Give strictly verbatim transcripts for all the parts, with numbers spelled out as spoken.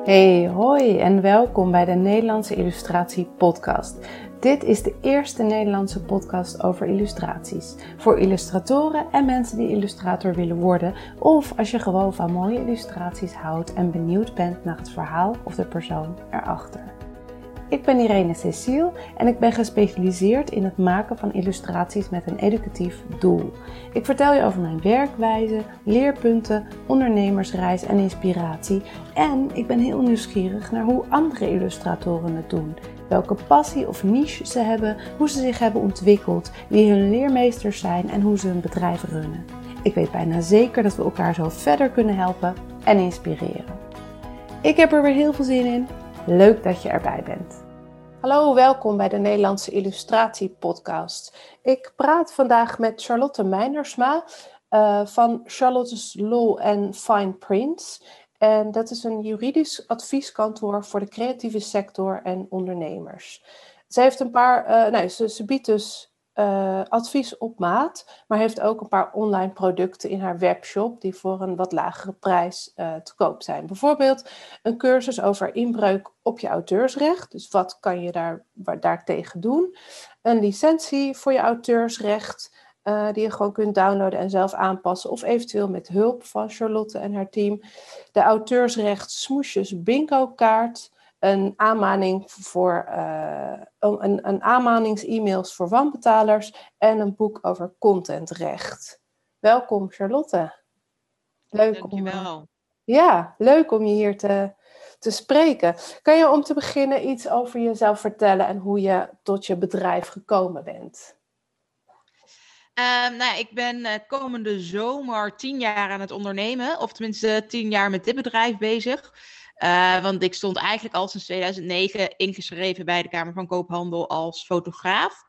Hey, hoi en welkom bij de Nederlandse Illustratie Podcast. Dit is de eerste Nederlandse podcast over illustraties. Voor illustratoren en mensen die illustrator willen worden. Of als je gewoon van mooie illustraties houdt en benieuwd bent naar het verhaal of de persoon erachter. Ik ben Irene Cecile en ik ben gespecialiseerd in het maken van illustraties met een educatief doel. Ik vertel je over mijn werkwijze, leerpunten, ondernemersreis en inspiratie. En ik ben heel nieuwsgierig naar hoe andere illustratoren het doen. Welke passie of niche ze hebben, hoe ze zich hebben ontwikkeld, wie hun leermeesters zijn en hoe ze hun bedrijf runnen. Ik weet bijna zeker dat we elkaar zo verder kunnen helpen en inspireren. Ik heb er weer heel veel zin in. Leuk dat je erbij bent. Hallo, welkom bij de Nederlandse Illustratie Podcast. Ik praat vandaag met Charlotte Meinersma uh, van Charlotte's Law and Fine Prints. En dat is een juridisch advieskantoor voor de creatieve sector en ondernemers. Ze heeft een paar, uh, nou, ze, ze biedt dus uh, advies op maat, maar heeft ook een paar online producten in haar webshop die voor een wat lagere prijs uh, te koop zijn. Bijvoorbeeld een cursus over inbreuk op je auteursrecht. Dus wat kan je daar, waar, daartegen doen? Een licentie voor je auteursrecht uh, die je gewoon kunt downloaden en zelf aanpassen. Of eventueel met hulp van Charlotte en haar team. De auteursrecht smoesjes bingo kaart. Een aanmaning voor uh, een, een aanmanings-e-mails voor wanbetalers. En een boek over contentrecht. Welkom Charlotte. Leuk Dankjewel. om, uh, ja, leuk om je hier te, te spreken. Kan je om te beginnen iets over jezelf vertellen en hoe je tot je bedrijf gekomen bent? Uh, nou ja, ik ben uh, komende zomer tien jaar aan het ondernemen. Of tenminste tien jaar met dit bedrijf bezig. Uh, want ik stond eigenlijk al sinds tweeduizend negen ingeschreven bij de Kamer van Koophandel als fotograaf.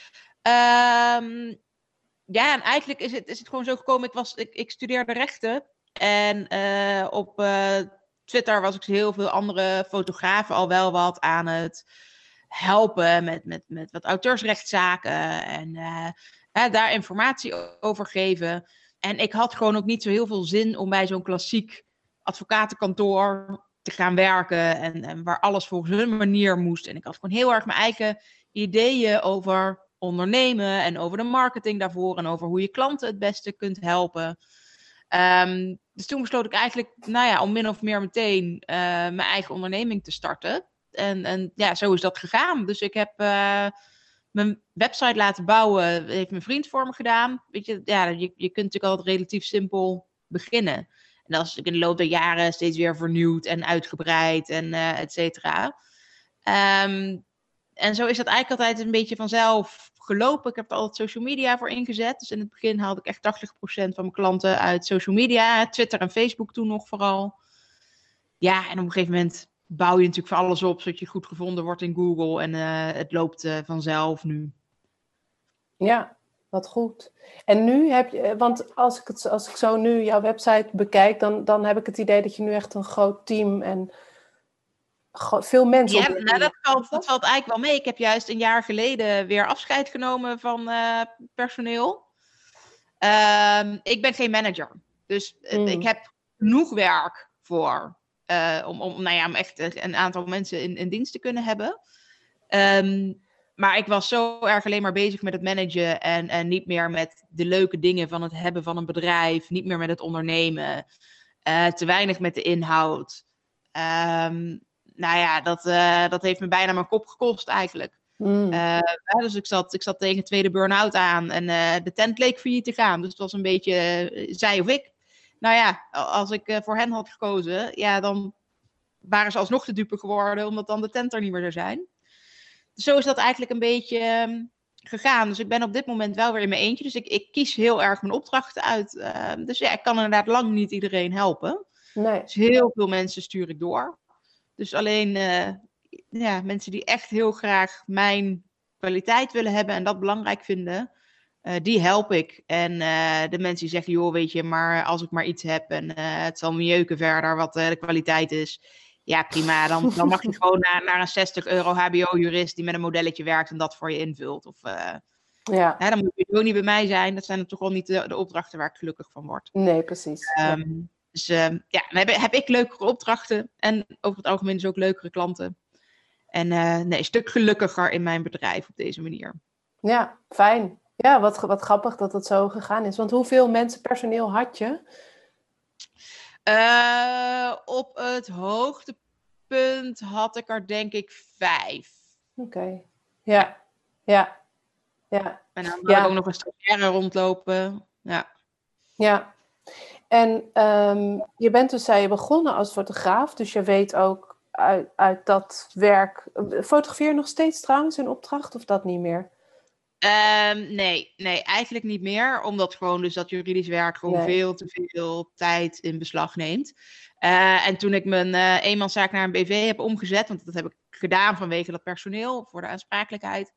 Um, ja, en eigenlijk is het, is het gewoon zo gekomen. Ik, was, ik, ik studeerde rechten. En uh, op uh, Twitter was ik heel veel andere fotografen al wel wat aan het helpen met, met, met wat auteursrechtszaken. En uh, uh, daar informatie over geven. En ik had gewoon ook niet zo heel veel zin om bij zo'n klassiek advocatenkantoor te gaan werken. En, en waar alles volgens hun manier moest. En ik had gewoon heel erg mijn eigen ideeën over ondernemen. En over de marketing daarvoor. En over hoe je klanten het beste kunt helpen. Um, dus toen besloot ik eigenlijk, nou ja, om min of meer meteen uh, mijn eigen onderneming te starten. En, en ja, zo is dat gegaan. Dus ik heb uh, mijn website laten bouwen, heeft mijn vriend voor me gedaan. Weet je, ja, je, je kunt natuurlijk altijd relatief simpel beginnen. En dat is in de loop der jaren steeds weer vernieuwd en uitgebreid en uh, et cetera. Um, en zo is dat eigenlijk altijd een beetje vanzelf gelopen. Ik heb er altijd social media voor ingezet. Dus in het begin haalde ik echt tachtig procent van mijn klanten uit social media. Twitter en Facebook toen nog vooral. Ja, en op een gegeven moment bouw je natuurlijk voor alles op, zodat je goed gevonden wordt in Google. En uh, het loopt uh, vanzelf nu. Ja, wat goed. En nu heb je, want als ik, het, als ik zo nu jouw website bekijk, dan, dan heb ik het idee dat je nu echt een groot team en veel mensen... Ja, nou, dat, valt, dat valt eigenlijk wel mee. Ik heb juist een jaar geleden weer afscheid genomen van uh, personeel. Uh, ik ben geen manager. Dus mm. ik heb genoeg werk voor... Uh, om, om, nou ja, om echt een aantal mensen in, in dienst te kunnen hebben. Um, maar ik was zo erg alleen maar bezig met het managen. En, en niet meer met de leuke dingen van het hebben van een bedrijf. Niet meer met het ondernemen. Uh, te weinig met de inhoud. Um, nou ja, dat, uh, dat heeft me bijna mijn kop gekost eigenlijk. Mm. Uh, dus ik zat, ik zat tegen een tweede burn-out aan. En uh, de tent leek failliet te gaan. Dus het was een beetje uh, zij of ik. Nou ja, als ik uh, voor hen had gekozen, ja, dan waren ze alsnog de dupe geworden, omdat dan de tent er niet meer zou zijn. Dus zo is dat eigenlijk een beetje um, gegaan. Dus ik ben op dit moment wel weer in mijn eentje. Dus ik, ik kies heel erg mijn opdrachten uit. Uh, dus ja, ik kan inderdaad lang niet iedereen helpen. Nee. Dus heel veel mensen stuur ik door. Dus alleen uh, ja, mensen die echt heel graag mijn kwaliteit willen hebben en dat belangrijk vinden, uh, die help ik. En uh, de mensen die zeggen, joh, weet je, maar als ik maar iets heb en uh, het zal me jeuken verder wat uh, de kwaliteit is. Ja, prima. Dan, dan mag je gewoon naar, naar een zestig euro H B O-jurist die met een modelletje werkt en dat voor je invult. Of uh, ja. hè, dan moet je zo niet bij mij zijn. Dat zijn er toch wel niet de, de opdrachten waar ik gelukkig van word. Nee, precies. Um, Dus uh, ja, dan heb, heb ik leukere opdrachten. En over het algemeen dus ook leukere klanten. En uh, nee, een stuk gelukkiger in mijn bedrijf op deze manier. Ja, fijn. Ja, wat, wat grappig dat het zo gegaan is. Want hoeveel mensen personeel had je? Uh, op het hoogtepunt had ik er denk ik vijf. Oké, okay. ja, ja, ja. En dan had ja. ik ook nog een stagiaire rondlopen. Ja. Ja. En um, je bent dus, zei je, begonnen als fotograaf. Dus je weet ook uit, uit dat werk... Fotografeer je nog steeds trouwens in opdracht of dat niet meer? Um, nee, nee, eigenlijk niet meer. Omdat gewoon dus dat juridisch werk gewoon nee. veel te veel tijd in beslag neemt. Uh, en toen ik mijn uh, eenmanszaak naar een B V heb omgezet, want dat heb ik gedaan vanwege dat personeel, voor de aansprakelijkheid.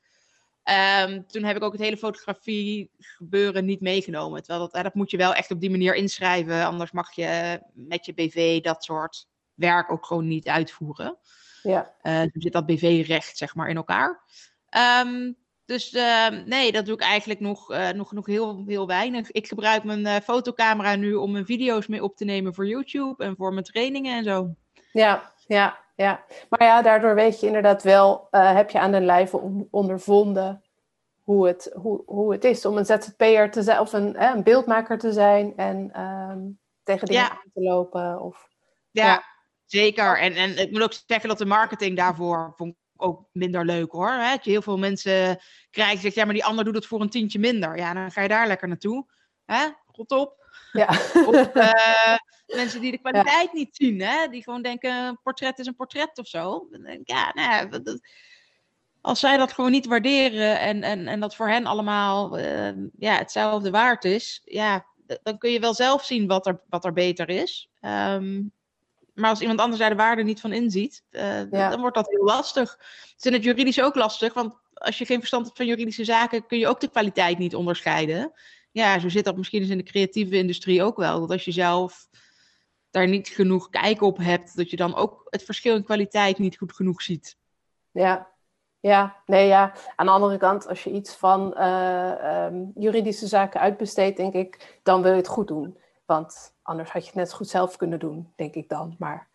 Um, toen heb ik ook het hele fotografie gebeuren niet meegenomen. Terwijl dat, uh, dat moet je wel echt op die manier inschrijven. Anders mag je met je B V dat soort werk ook gewoon niet uitvoeren. Ja. Uh, dus zit dat B V-recht zeg maar in elkaar. Um, Dus uh, nee, dat doe ik eigenlijk nog, uh, nog, nog heel, heel weinig. Ik gebruik mijn uh, fotocamera nu om mijn video's mee op te nemen voor YouTube en voor mijn trainingen en zo. Ja, ja, ja. Maar ja, daardoor weet je inderdaad wel, uh, heb je aan de lijve on- ondervonden hoe het, hoe, hoe het is om een Z Z P'er te zijn of een, eh, een beeldmaker te zijn en um, tegen dingen ja. aan te lopen. Of, ja, ja, zeker. En, en ik moet ook zeggen dat de marketing daarvoor vond ook minder leuk hoor. Hè? Dat je heel veel mensen krijgt die zegt, ja, maar die ander doet het voor een tientje minder. Ja, dan ga je daar lekker naartoe. Hè? Rot op. Ja. Of uh, mensen die de kwaliteit ja. niet zien. Hè? Die gewoon denken, een portret is een portret of zo. Dan denk ik, ja, nou, dat, als zij dat gewoon niet waarderen en, en, en dat voor hen allemaal uh, ja, hetzelfde waard is, ja, dan kun je wel zelf zien wat er, wat er beter is. Um, Maar als iemand anders daar de waarde niet van inziet, uh, ja. dan wordt dat heel lastig. Het is in het juridisch ook lastig, want als je geen verstand hebt van juridische zaken, kun je ook de kwaliteit niet onderscheiden. Ja, zo zit dat misschien eens in de creatieve industrie ook wel. Dat als je zelf daar niet genoeg kijk op hebt, dat je dan ook het verschil in kwaliteit niet goed genoeg ziet. Ja, ja, nee ja. Aan de andere kant, als je iets van uh, um, juridische zaken uitbesteedt, denk ik, dan wil je het goed doen. Want anders had je het net zo goed zelf kunnen doen, denk ik dan. Maar...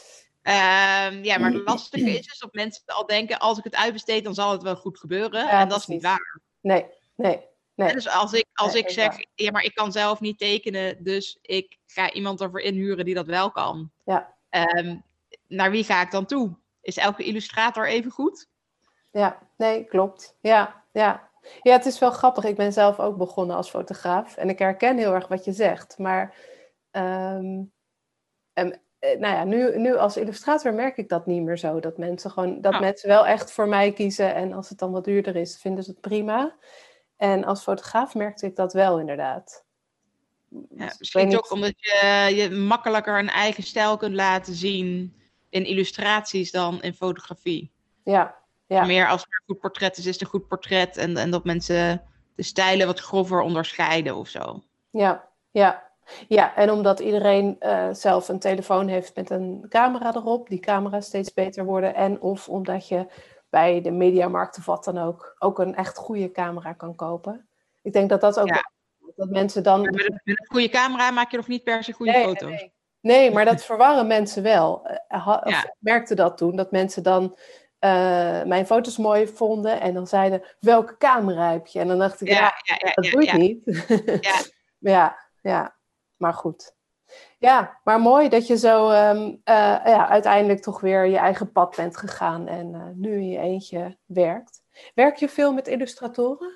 Um, ja, maar het lastige is dus dat mensen al denken, als ik het uitbesteed, dan zal het wel goed gebeuren. Ja, en dat precies. is niet waar. Nee, nee, nee. En dus als ik, als nee, ik zeg, waar. ja, maar ik kan zelf niet tekenen, dus ik ga iemand ervoor inhuren die dat wel kan. Ja. Um, naar wie ga ik dan toe? Is elke illustrator even goed? Ja, nee, klopt. Ja, ja. Ja, het is wel grappig. Ik ben zelf ook begonnen als fotograaf. En ik herken heel erg wat je zegt. Maar um, um, nou ja, nu, nu als illustrator merk ik dat niet meer zo. Dat mensen gewoon, dat oh. mensen wel echt voor mij kiezen. En als het dan wat duurder is, vinden ze het prima. En als fotograaf merkte ik dat wel inderdaad. Ja, dus misschien niet... ook omdat je, je makkelijker een eigen stijl kunt laten zien in illustraties dan in fotografie. Ja. Ja. Meer als het een goed portret is, is het een goed portret. En, en dat mensen de stijlen wat grover onderscheiden of zo. Ja, ja. Ja, en omdat iedereen uh, zelf een telefoon heeft met een camera erop, die camera's steeds beter worden. En of omdat je bij de mediamarkt of wat dan ook, ook een echt goede camera kan kopen. Ik denk dat dat ook... Ja. Dat mensen dan... Met een, met een goede camera maak je nog niet per se goede nee, foto's. Nee. nee, maar dat verwarren mensen wel. Uh, ha, ja. Ik merkte dat toen, dat mensen dan... Uh, mijn foto's mooi vonden en dan zeiden, welke camera heb je? En dan dacht ik, ja, ja, ja, ja dat ja, doe ik ja. niet. ja. ja, ja, maar goed. Ja, maar mooi dat je zo um, uh, ja, uiteindelijk toch weer je eigen pad bent gegaan en uh, nu in je eentje werkt. Werk je veel met illustratoren?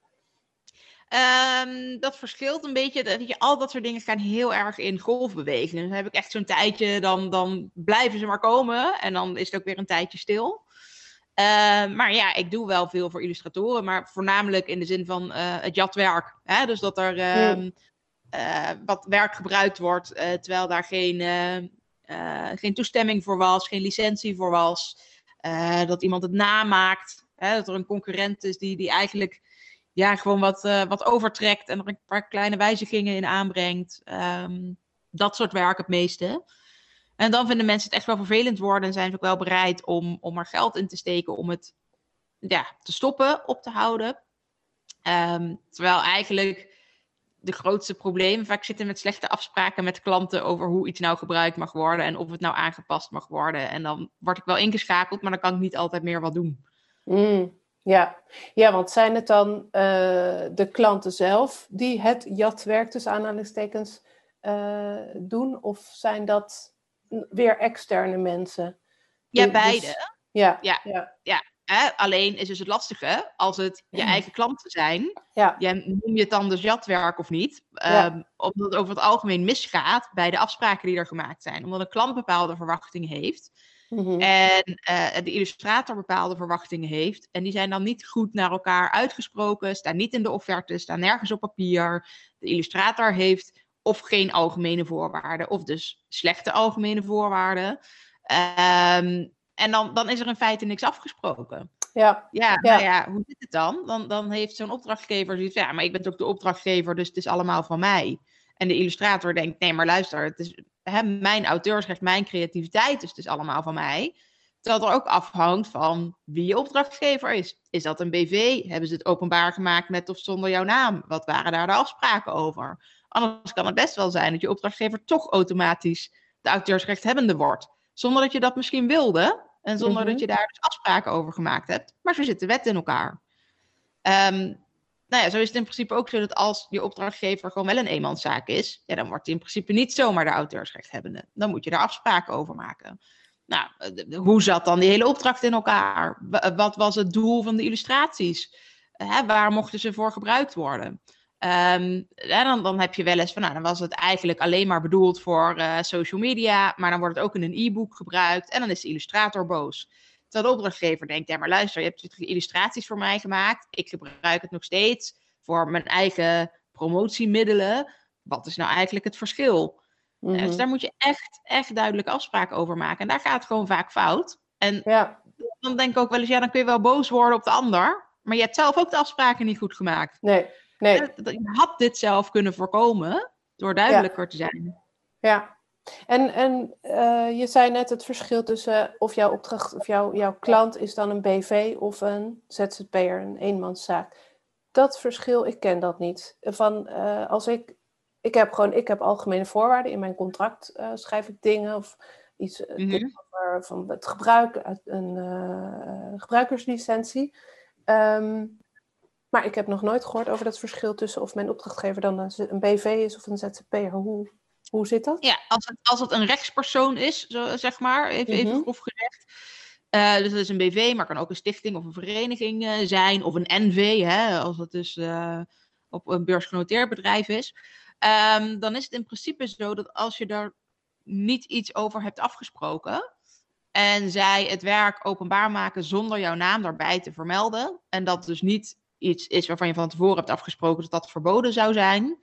Um, dat verschilt een beetje. Dat je, al dat soort dingen gaan heel erg in golfbewegingen. Dan heb ik echt zo'n tijdje, dan, dan blijven ze maar komen. En dan is het ook weer een tijdje stil. Uh, maar ja, ik doe wel veel voor illustratoren. Maar voornamelijk in de zin van uh, het jatwerk. Hè? Dus dat er uh, mm. uh, wat werk gebruikt wordt. Uh, terwijl daar geen, uh, uh, geen toestemming voor was. Geen licentie voor was. Uh, dat iemand het namaakt. Hè? Dat er een concurrent is die, die eigenlijk... ja, gewoon wat, uh, wat overtrekt en er een paar kleine wijzigingen in aanbrengt. Um, dat soort werk het meeste. En dan vinden mensen het echt wel vervelend worden en zijn ze ook wel bereid om, om er geld in te steken om het ja, te stoppen, op te houden. Um, terwijl eigenlijk de grootste problemen vaak zitten met slechte afspraken met klanten over hoe iets nou gebruikt mag worden en of het nou aangepast mag worden. En dan word ik wel ingeschakeld, maar dan kan ik niet altijd meer wat doen. Mm, ja. ja, want zijn het dan uh, de klanten zelf die het jatwerk tussen aanhalingstekens uh, doen? Of zijn dat weer externe mensen? Ja, de, beide. Dus, ja, ja, ja. ja. Hè? Alleen is dus het lastige, als het je eigen klanten zijn, ja. jij noem je het dan dus jatwerk of niet, Ja. um, omdat het over het algemeen misgaat bij de afspraken die er gemaakt zijn. Omdat een klant bepaalde verwachtingen heeft Mm-hmm. en uh, de illustrator bepaalde verwachtingen heeft. En die zijn dan niet goed naar elkaar uitgesproken, staan niet in de offerte, staan nergens op papier. De illustrator heeft of geen algemene voorwaarden, of dus slechte algemene voorwaarden. Um, En dan, dan is er in feite niks afgesproken. Ja. Ja, ja. Nou ja, hoe zit het dan? Dan, dan heeft zo'n opdrachtgever zoiets van, ja, maar ik ben ook de opdrachtgever, dus het is allemaal van mij. En de illustrator denkt, nee, maar luister, het is hè, mijn auteursrecht, mijn creativiteit, dus het is allemaal van mij. Terwijl er ook afhangt van wie je opdrachtgever is. Is dat een B V? Hebben ze het openbaar gemaakt met of zonder jouw naam? Wat waren daar de afspraken over? Anders kan het best wel zijn dat je opdrachtgever toch automatisch de auteursrechthebbende wordt. Zonder dat je dat misschien wilde. En zonder Mm-hmm. dat je daar dus afspraken over gemaakt hebt. Maar zo zit de wet in elkaar. Um, nou ja, zo is het in principe ook zo dat als je opdrachtgever gewoon wel een eenmanszaak is. Ja, dan wordt hij in principe niet zomaar de auteursrechthebbende. Dan moet je daar afspraken over maken. Nou, hoe zat dan die hele opdracht in elkaar? Wat was het doel van de illustraties? Hè, waar mochten ze voor gebruikt worden? Um, ja, dan, dan heb je wel eens van, nou, dan was het eigenlijk alleen maar bedoeld voor uh, social media, maar dan wordt het ook in een e-book gebruikt en dan is de illustrator boos. Terwijl de opdrachtgever denkt, ja, maar luister, je hebt illustraties voor mij gemaakt, ik gebruik het nog steeds voor mijn eigen promotiemiddelen. Wat is nou eigenlijk het verschil? Mm-hmm. Dus daar moet je echt, echt duidelijk afspraken over maken en daar gaat het gewoon vaak fout. En ja. dan denk ik ook wel eens, ja, dan kun je wel boos worden op de ander, maar je hebt zelf ook de afspraken niet goed gemaakt. Nee. Nee. Je had dit zelf kunnen voorkomen door duidelijker ja. te zijn. Ja, en, en uh, je zei net het verschil tussen of jouw opdracht of jouw, jouw klant is dan een B V of een Z Z P'er, een eenmanszaak. Dat verschil, ik ken dat niet. Van uh, als ik, ik heb gewoon, ik heb algemene voorwaarden in mijn contract, uh, schrijf ik dingen of iets uh, mm-hmm. dingen over van het gebruik, een uh, gebruikerslicentie. Um, Maar ik heb nog nooit gehoord over dat verschil tussen of mijn opdrachtgever dan een B V is of een Z Z P'er. Hoe, hoe zit dat? Ja, als het, als het een rechtspersoon is, zo, zeg maar, even, mm-hmm. even grof gezegd. Uh, dus dat is een B V, maar kan ook een stichting of een vereniging uh, zijn. Of een N V, hè, als het dus uh, op een beursgenoteerd bedrijf is. Um, dan is het in principe zo dat als je daar niet iets over hebt afgesproken en zij het werk openbaar maken zonder jouw naam daarbij te vermelden, en dat dus niet iets is waarvan je van tevoren hebt afgesproken dat dat verboden zou zijn,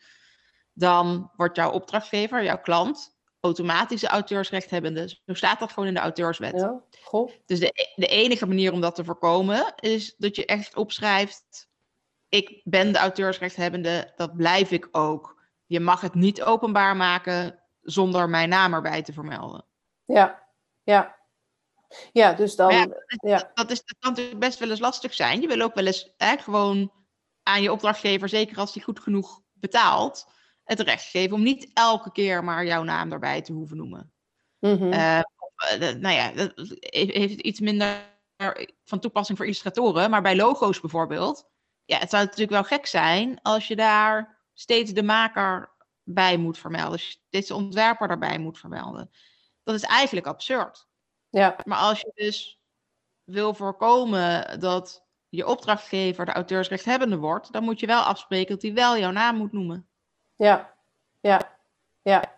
dan wordt jouw opdrachtgever, jouw klant, automatisch de auteursrechthebbende. Zo staat dat gewoon in de auteurswet. Ja, goh. Dus de, de enige manier om dat te voorkomen is dat je echt opschrijft, ik ben de auteursrechthebbende, dat blijf ik ook. Je mag het niet openbaar maken zonder mijn naam erbij te vermelden. Ja, ja. Ja, dus dan... Ja, dat, is, ja. Dat, dat, is, dat kan natuurlijk best wel eens lastig zijn. Je wil ook wel eens hè, gewoon aan je opdrachtgever, zeker als die goed genoeg betaalt, het recht geven om niet elke keer maar jouw naam erbij te hoeven noemen. Mm-hmm. Uh, uh, nou ja, dat heeft iets minder van toepassing voor illustratoren, maar bij logo's bijvoorbeeld, ja, het zou natuurlijk wel gek zijn als je daar steeds de maker bij moet vermelden, steeds de ontwerper daarbij moet vermelden. Dat is eigenlijk absurd. Ja. Maar als je dus wil voorkomen dat je opdrachtgever de auteursrechthebbende wordt, dan moet je wel afspreken dat hij wel jouw naam moet noemen. Ja, ja, ja.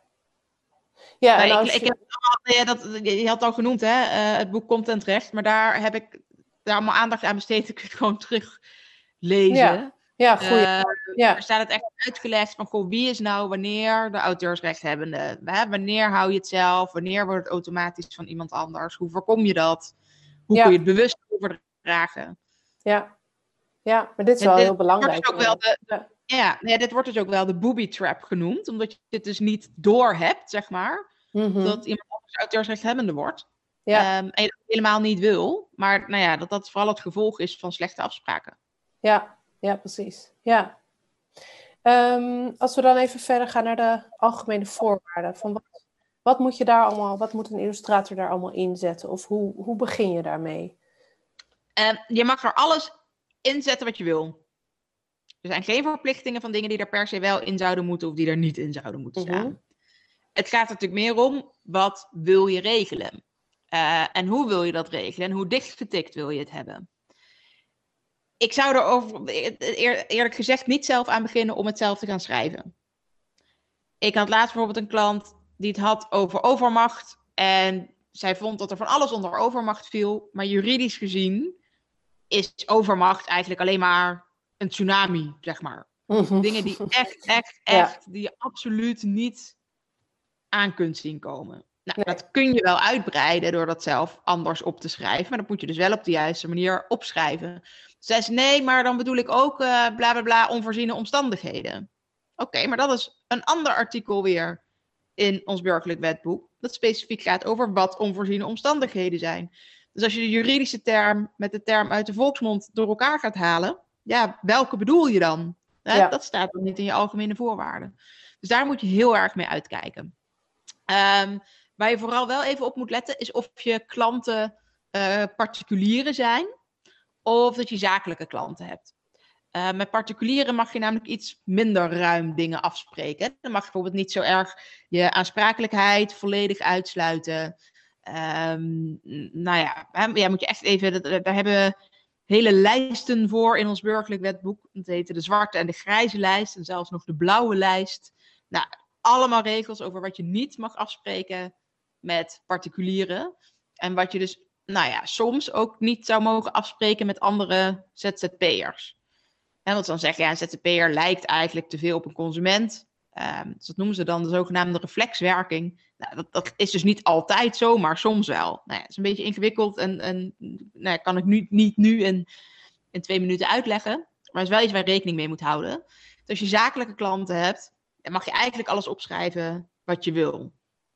Ja, en nou, als ik, je... ik heb, ja, dat, je had het al genoemd, hè, uh, het boek Contentrecht, maar daar heb ik daar allemaal aandacht aan besteed. Dan kun je het gewoon teruglezen. Ja, ja goeie. Uh, ja. Daar staat het echt uitgelegd van, goh, wie is nou wanneer de auteursrechthebbende? Hè? Wanneer hou je het zelf? Wanneer wordt het automatisch van iemand anders? Hoe voorkom je dat? Hoe ja. kun je het bewust overdragen? Ja, ja, maar dit is wel dit, heel belangrijk. Wordt dus ook wel de, ja. Ja, ja, dit wordt dus ook wel de booby trap genoemd, omdat je dit dus niet door hebt, zeg maar, mm-hmm. dat iemand anders auteursrechthebbende wordt. Ja. Um, en je dat helemaal niet wil, maar nou ja, dat dat vooral het gevolg is van slechte afspraken. Ja, ja, precies. Ja. Um, als we dan even verder gaan naar de algemene voorwaarden. Van wat, wat moet je daar allemaal, wat moet een illustrator daar allemaal inzetten? Of hoe, hoe begin je daarmee? Uh, je mag er alles inzetten wat je wil. Er zijn geen verplichtingen van dingen die er per se wel in zouden moeten of die er niet in zouden moeten staan. Mm-hmm. Het gaat er natuurlijk meer om, wat wil je regelen? Uh, en hoe wil je dat regelen? En hoe dichtgetikt wil je het hebben? Ik zou er over, eer, eerlijk gezegd niet zelf aan beginnen om het zelf te gaan schrijven. Ik had laatst bijvoorbeeld een klant die het had over overmacht. En zij vond dat er van alles onder overmacht viel. Maar juridisch gezien is overmacht eigenlijk alleen maar een tsunami, zeg maar. Mm-hmm. Dingen die echt, echt, echt, ja. die je absoluut niet aan kunt zien komen. Nou, nee. Dat kun je wel uitbreiden door dat zelf anders op te schrijven. Maar dat moet je dus wel op de juiste manier opschrijven. Zij zei, nee, maar dan bedoel ik ook uh, bla bla bla onvoorziene omstandigheden. Oké, okay, maar dat is een ander artikel weer in ons burgerlijk wetboek. Dat specifiek gaat over wat onvoorziene omstandigheden zijn. Dus als je de juridische term met de term uit de volksmond door elkaar gaat halen. Ja, welke bedoel je dan? Hè? Ja. Dat staat dan niet in je algemene voorwaarden. Dus daar moet je heel erg mee uitkijken. Um, waar je vooral wel even op moet letten is of je klanten uh, particulieren zijn. Of dat je zakelijke klanten hebt. Uh, met particulieren mag je namelijk iets minder ruim dingen afspreken. Dan mag je bijvoorbeeld niet zo erg je aansprakelijkheid volledig uitsluiten. Um, nou ja, hè, ja, moet je echt even... Daar hebben we hele lijsten voor in ons burgerlijk wetboek. Dat heet de zwarte en de grijze lijst. En zelfs nog de blauwe lijst. Nou, allemaal regels over wat je niet mag afspreken met particulieren. En wat je dus... nou ja, soms ook niet zou mogen afspreken met andere Z Z P'ers. En wat dan zeggen, ja, een Z Z P'er lijkt eigenlijk te veel op een consument. Um, dus dat noemen ze dan de zogenaamde reflexwerking. Nou, dat, dat is dus niet altijd zo, maar soms wel. Nou ja, het is een beetje ingewikkeld en, en nou ja, kan ik nu, niet nu in, in twee minuten uitleggen. Maar het is wel iets waar je rekening mee moet houden. Dus als je zakelijke klanten hebt, dan mag je eigenlijk alles opschrijven wat je wil.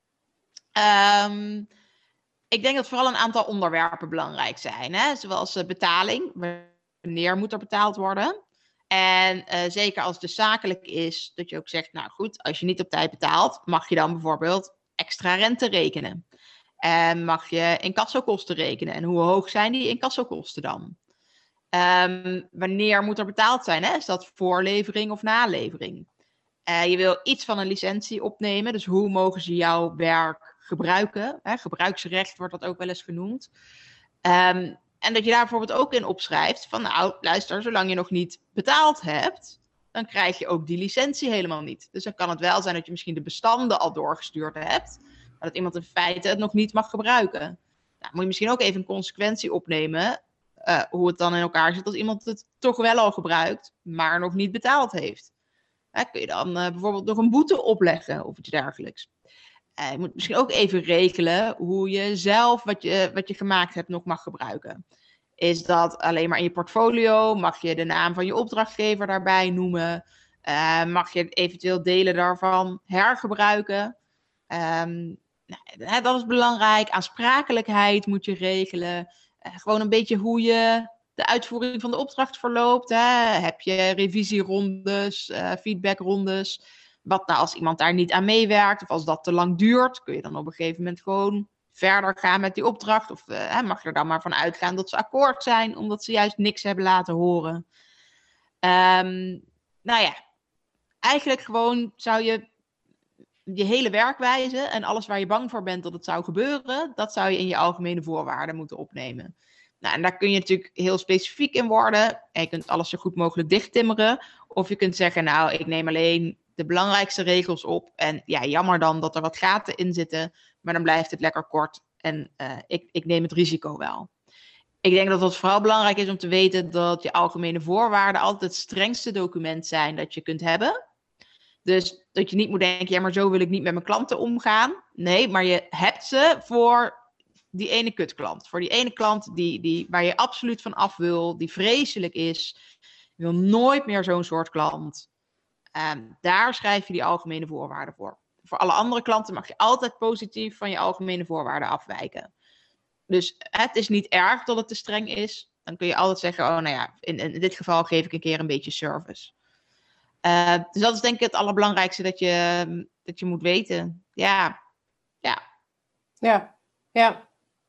Um, Ik denk dat vooral een aantal onderwerpen belangrijk zijn. Hè? Zoals uh, betaling. Wanneer moet er betaald worden? En uh, zeker als het dus zakelijk is, dat je ook zegt, nou goed, als je niet op tijd betaalt, mag je dan bijvoorbeeld extra rente rekenen. En mag je incassokosten rekenen. En hoe hoog zijn die incassokosten dan? Um, wanneer moet er betaald zijn? Hè? Is dat voorlevering of nalevering? Uh, je wil iets van een licentie opnemen. Dus hoe mogen ze jouw werk gebruiken? Hè? Gebruiksrecht wordt dat ook wel eens genoemd. Um, en dat je daar bijvoorbeeld ook in opschrijft van nou, luister, zolang je nog niet betaald hebt, dan krijg je ook die licentie helemaal niet. Dus dan kan het wel zijn dat je misschien de bestanden al doorgestuurd hebt, maar dat iemand in feite het nog niet mag gebruiken. Nou, moet je misschien ook even een consequentie opnemen, uh, hoe het dan in elkaar zit als iemand het toch wel al gebruikt, maar nog niet betaald heeft. Hè, kun je dan uh, bijvoorbeeld nog een boete opleggen of iets dergelijks. Uh, je moet misschien ook even regelen hoe je zelf wat je, wat je gemaakt hebt nog mag gebruiken. Is dat alleen maar in je portfolio? Mag je de naam van je opdrachtgever daarbij noemen? Uh, mag je eventueel delen daarvan hergebruiken? Um, nou, dat is belangrijk. Aansprakelijkheid moet je regelen. Uh, gewoon een beetje hoe je de uitvoering van de opdracht verloopt. Hè? Heb je revisierondes, uh, feedbackrondes? Wat nou als iemand daar niet aan meewerkt of als dat te lang duurt, kun je dan op een gegeven moment gewoon verder gaan met die opdracht? Of uh, mag je er dan maar van uitgaan dat ze akkoord zijn, omdat ze juist niks hebben laten horen? Um, nou ja, eigenlijk gewoon zou je je hele werkwijze en alles waar je bang voor bent dat het zou gebeuren, dat zou je in je algemene voorwaarden moeten opnemen. Nou, en daar kun je natuurlijk heel specifiek in worden. En je kunt alles zo goed mogelijk dichttimmeren. Of je kunt zeggen, nou, ik neem alleen de belangrijkste regels op. En ja, jammer dan dat er wat gaten in zitten. Maar dan blijft het lekker kort. En uh, ik, ik neem het risico wel. Ik denk dat het vooral belangrijk is om te weten dat je algemene voorwaarden altijd het strengste document zijn dat je kunt hebben. Dus dat je niet moet denken, ja, maar zo wil ik niet met mijn klanten omgaan. Nee, maar je hebt ze voor die ene kutklant. Voor die ene klant die, die, waar je absoluut van af wil, die vreselijk is. Je wil nooit meer zo'n soort klant. Um, daar schrijf je die algemene voorwaarden voor. Voor alle andere klanten mag je altijd positief van je algemene voorwaarden afwijken. Dus het is niet erg dat het te streng is. Dan kun je altijd zeggen, oh nou ja, in, in dit geval geef ik een keer een beetje service. Uh, dus dat is denk ik het allerbelangrijkste dat je, dat je moet weten. Ja, ja. Ja, ja.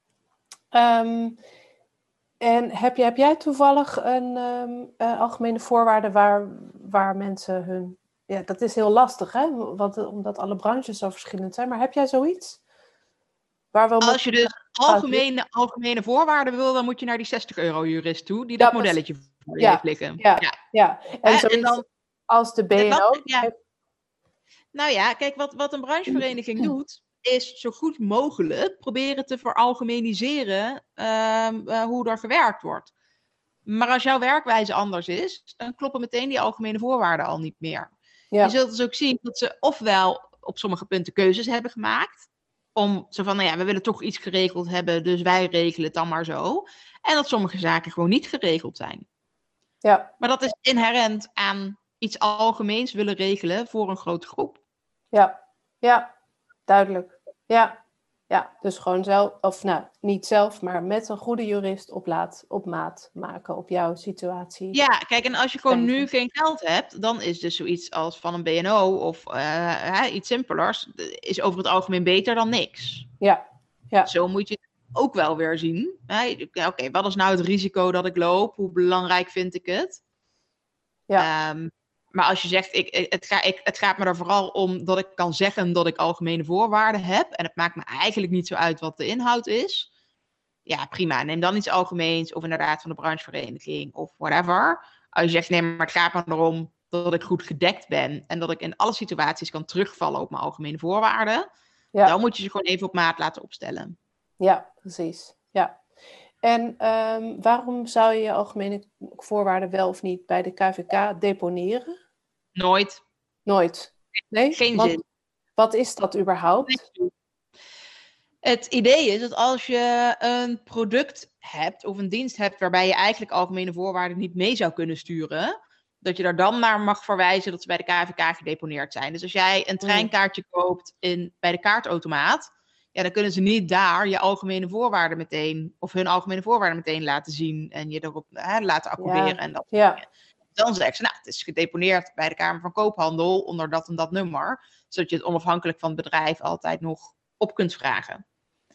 Um, en heb, je, heb jij toevallig een um, uh, algemene voorwaarde waar, waar mensen hun... Ja, dat is heel lastig, hè? Want, omdat alle branches zo verschillend zijn. Maar heb jij zoiets? Waar we Als je dus algemene, algemene voorwaarden wil, dan moet je naar die zestig euro jurist toe, die dat ja, modelletje voor je ja, heeft liggen. Ja, ja. ja. En, en dan als de B N O... Ja. Nou ja, kijk, wat, wat een branchevereniging doet, is zo goed mogelijk proberen te veralgemeniseren uh, uh, hoe er gewerkt wordt. Maar als jouw werkwijze anders is, dan kloppen meteen die algemene voorwaarden al niet meer. Ja. Je zult dus ook zien dat ze ofwel op sommige punten keuzes hebben gemaakt, om zo van, nou ja, we willen toch iets geregeld hebben, dus wij regelen het dan maar zo. En dat sommige zaken gewoon niet geregeld zijn. Ja. Maar dat is inherent aan iets algemeens willen regelen voor een grote groep. Ja, ja, duidelijk. Ja, ja. Dus gewoon zelf, of nou, niet zelf, maar met een goede jurist op, laat, op maat maken op jouw situatie. Ja, kijk, en als je gewoon nu geen geld hebt, dan is dus zoiets als van een B N O of uh, hè, iets simpelers, is over het algemeen beter dan niks. Ja, ja. Zo moet je het ook wel weer zien. Oké, okay, wat is nou het risico dat ik loop? Hoe belangrijk vind ik het? Ja. Um, maar als je zegt, ik, het, ga, ik, het gaat me er vooral om dat ik kan zeggen dat ik algemene voorwaarden heb. En het maakt me eigenlijk niet zo uit wat de inhoud is. Ja, prima. Neem dan iets algemeens of inderdaad van de branchevereniging of whatever. Als je zegt, nee, maar het gaat me erom dat ik goed gedekt ben. En dat ik in alle situaties kan terugvallen op mijn algemene voorwaarden. Ja. Dan moet je ze gewoon even op maat laten opstellen. Ja, precies. Ja. En um, waarom zou je je algemene voorwaarden wel of niet bij de K V K deponeren? Nooit. Nooit? Nee? Geen wat, zin. Wat is dat überhaupt? Nee. Het idee is dat als je een product hebt of een dienst hebt waarbij je eigenlijk algemene voorwaarden niet mee zou kunnen sturen, dat je daar dan naar mag verwijzen dat ze bij de K V K gedeponeerd zijn. Dus als jij een treinkaartje koopt in, bij de kaartautomaat, ja, dan kunnen ze niet daar je algemene voorwaarden meteen, of hun algemene voorwaarden meteen laten zien en je erop hè, laten accorderen. Ja, en dat ja. Dan zeggen ze, nou, het is gedeponeerd bij de Kamer van Koophandel onder dat en dat nummer, zodat je het onafhankelijk van het bedrijf altijd nog op kunt vragen.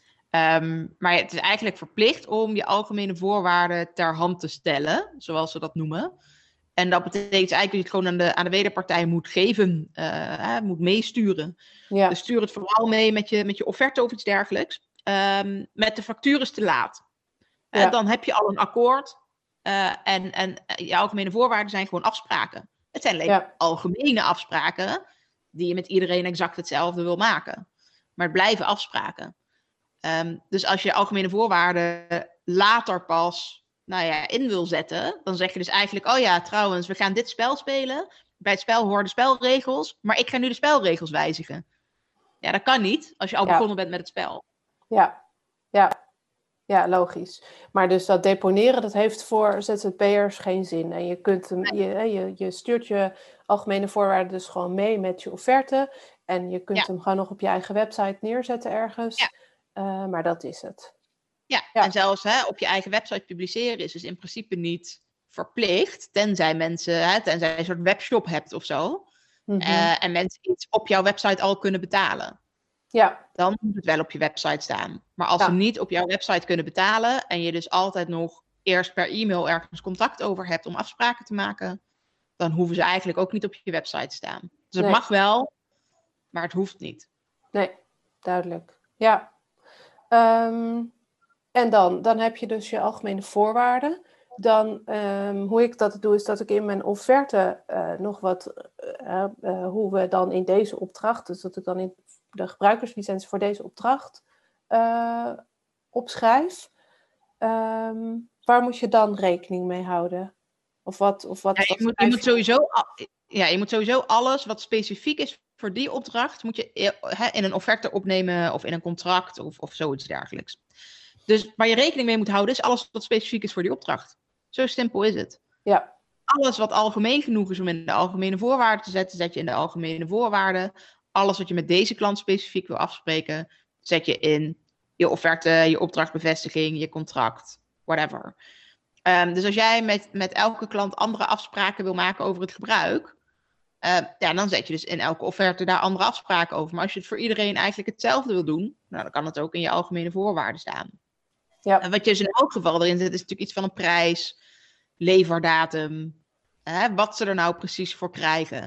Um, maar het is eigenlijk verplicht om je algemene voorwaarden ter hand te stellen, zoals ze dat noemen. En dat betekent eigenlijk dat je het gewoon aan de, aan de wederpartij moet geven, uh, hè, moet meesturen. Ja. Dus stuur het vooral mee met je, met je offerte of iets dergelijks. Um, met de factuur is te laat. Ja. Uh, dan heb je al een akkoord. Uh, en, en je algemene voorwaarden zijn gewoon afspraken. Het zijn alleen ja. algemene afspraken die je met iedereen exact hetzelfde wil maken. Maar het blijven afspraken. Um, dus als je algemene voorwaarden later pas nou ja, in wil zetten, dan zeg je dus eigenlijk, oh ja, trouwens, we gaan dit spel spelen. Bij het spel horen de spelregels, maar ik ga nu de spelregels wijzigen. Ja, dat kan niet als je al ja. begonnen bent met het spel. Ja, ja. Ja, logisch. Maar dus dat deponeren, dat heeft voor Z Z P'ers geen zin. En je, kunt hem, je, je, je stuurt je algemene voorwaarden dus gewoon mee met je offerte. En je kunt ja. hem gewoon nog op je eigen website neerzetten ergens. Ja. Uh, maar dat is het. Ja, ja. En zelfs hè, op je eigen website publiceren is dus in principe niet verplicht. Tenzij mensen, hè, tenzij je een soort webshop hebt of zo. Mm-hmm. Uh, en mensen iets op jouw website al kunnen betalen. Ja. Dan moet het wel op je website staan. Maar als ja. ze niet op jouw website kunnen betalen en je dus altijd nog eerst per e-mail ergens contact over hebt om afspraken te maken, dan hoeven ze eigenlijk ook niet op je website te staan. Dus het nee. mag wel, maar het hoeft niet. Nee, duidelijk. Ja. Um, en dan, dan heb je dus je algemene voorwaarden. Dan, um, hoe ik dat doe, is dat ik in mijn offerte uh, nog wat, uh, uh, hoe we dan in deze opdracht, dus dat ik dan in de gebruikerslicentie voor deze opdracht uh, opschrijf. Um, waar moet je dan rekening mee houden? Of wat? Of wat, ja, je, wat moet, je, moet sowieso, ja, je moet sowieso alles wat specifiek is voor die opdracht, moet je in een offerte opnemen of in een contract of, of zoiets dergelijks. Dus waar je rekening mee moet houden is alles wat specifiek is voor die opdracht. Zo simpel is het. Ja. Alles wat algemeen genoeg is om in de algemene voorwaarden te zetten, zet je in de algemene voorwaarden. Alles wat je met deze klant specifiek wil afspreken, zet je in je offerte, je opdrachtbevestiging, je contract, whatever. Um, dus als jij met, met elke klant andere afspraken wil maken over het gebruik, Uh, ja, dan zet je dus in elke offerte daar andere afspraken over. Maar als je het voor iedereen eigenlijk hetzelfde wil doen, nou, dan kan het ook in je algemene voorwaarden staan. Ja. En wat je dus in elk geval erin zet, is natuurlijk iets van een prijs, leverdatum, hè, wat ze er nou precies voor krijgen.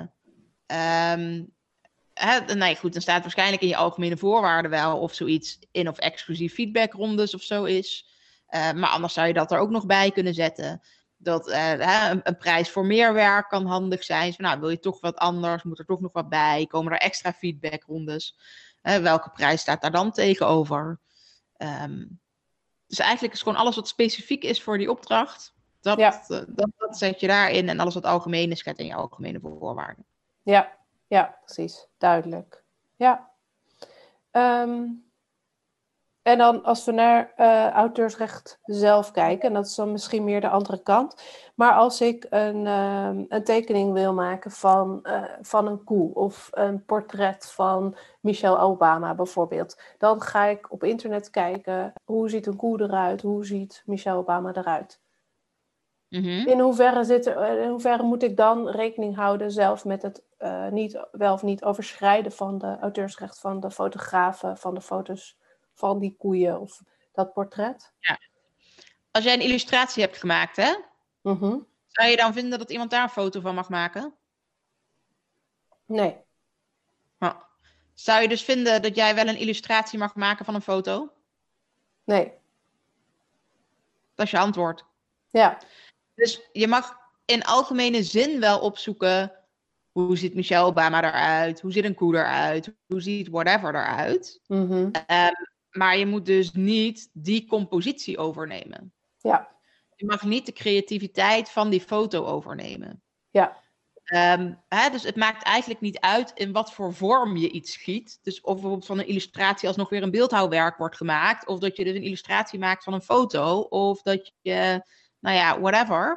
Um, hè, nou ja, goed, dan staat waarschijnlijk in je algemene voorwaarden wel of zoiets in of exclusief feedbackrondes of zo is. Uh, maar anders zou je dat er ook nog bij kunnen zetten. Dat uh, een, een prijs voor meer werk kan handig zijn. Dus, nou, wil je toch wat anders? Moet er toch nog wat bij? Komen er extra feedbackrondes? Uh, welke prijs staat daar dan tegenover? Um, dus eigenlijk is gewoon alles wat specifiek is voor die opdracht. Dat, ja. uh, dat, dat zet je daarin. En alles wat algemeen is, gaat in je algemene voorwaarden. Ja, ja, precies. Duidelijk. Ja. Um... En dan als we naar uh, auteursrecht zelf kijken, en dat is dan misschien meer de andere kant. Maar als ik een, um, een tekening wil maken van, uh, van een koe of een portret van Michelle Obama bijvoorbeeld. Dan ga ik op internet kijken, hoe ziet een koe eruit? Hoe ziet Michelle Obama eruit? Mm-hmm. In hoeverre, zit er, in hoeverre moet ik dan rekening houden zelf met het uh, niet, wel of niet overschrijden van de auteursrecht van de fotografen, van de foto's van die koeien of dat portret? Ja. Als jij een illustratie hebt gemaakt, hè? Mm-hmm. Zou je dan vinden dat iemand daar een foto van mag maken? Nee. Nou, zou je dus vinden dat jij wel een illustratie mag maken van een foto? Nee. Dat is je antwoord. Ja. Dus je mag in algemene zin wel opzoeken, hoe ziet Michelle Obama eruit? Hoe ziet een koe eruit? Hoe ziet whatever eruit? Mm-hmm. Um, maar je moet dus niet die compositie overnemen. Ja. Je mag niet de creativiteit van die foto overnemen. Ja. Um, hè, dus het maakt eigenlijk niet uit in wat voor vorm je iets schiet. Dus of bijvoorbeeld van een illustratie alsnog weer een beeldhouwwerk wordt gemaakt. Of dat je dus een illustratie maakt van een foto. Of dat je, nou ja, whatever.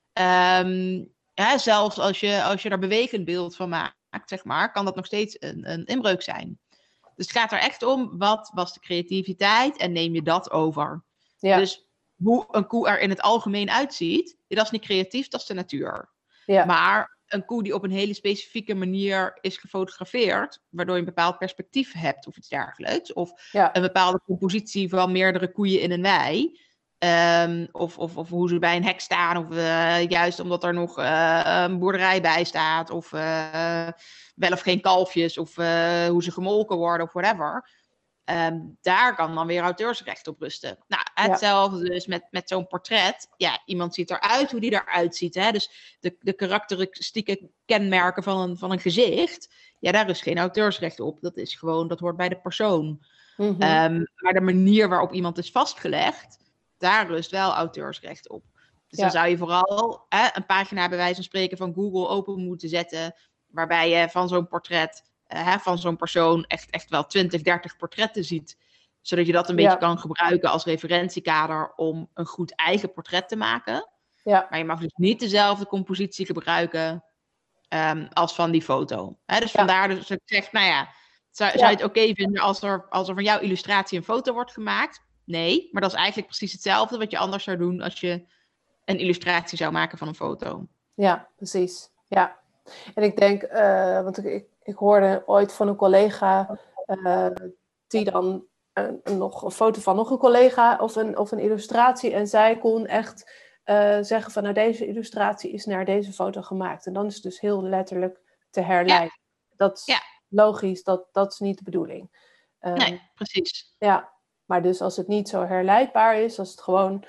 Um, hè, zelfs als je, als je er bewegend beeld van maakt, zeg maar, kan dat nog steeds een, een inbreuk zijn. Dus het gaat er echt om, wat was de creativiteit en neem je dat over. Ja. Dus hoe een koe er in het algemeen uitziet, dat is niet creatief, dat is de natuur. Ja. Maar een koe die op een hele specifieke manier is gefotografeerd, waardoor je een bepaald perspectief hebt of iets dergelijks, of ja. een bepaalde compositie van meerdere koeien in een wei, um, of, of, of hoe ze bij een hek staan, of uh, juist omdat er nog uh, een boerderij bij staat, of uh, wel of geen kalfjes, of uh, hoe ze gemolken worden, of whatever. Um, daar kan dan weer auteursrecht op rusten. Nou, hetzelfde ja. dus met, met zo'n portret. Ja, iemand ziet eruit hoe die eruit ziet. Hè? Dus de, de karakteristieke kenmerken van een, van een gezicht. Ja, daar is geen auteursrecht op. Dat is gewoon, dat hoort bij de persoon. Mm-hmm. Um, maar de manier waarop iemand is vastgelegd, daar rust wel auteursrecht op. Dus ja. dan zou je vooral hè, een pagina bij wijze van spreken van Google open moeten zetten, waarbij je van zo'n portret, uh, hè, van zo'n persoon echt, echt wel twintig, dertig portretten ziet. Zodat je dat een beetje ja. kan gebruiken als referentiekader om een goed eigen portret te maken. Ja. Maar je mag dus niet dezelfde compositie gebruiken um, als van die foto. Hè, dus ja. vandaar dus dat ik zeg, nou ja, zou, zou je het oké okay vinden als er, als er van jouw illustratie een foto wordt gemaakt? Nee, maar dat is eigenlijk precies hetzelfde wat je anders zou doen als je een illustratie zou maken van een foto. Ja, precies. Ja. En ik denk, uh, want ik, ik, ik hoorde ooit van een collega uh, die dan uh, nog een foto van nog een collega of een, of een illustratie. En zij kon echt uh, zeggen van nou deze illustratie is naar deze foto gemaakt. En dan is het dus heel letterlijk te herleiden. Ja. Dat is ja. logisch, dat, dat is niet de bedoeling. Um, nee, precies. Ja, maar dus als het niet zo herleidbaar is, als het gewoon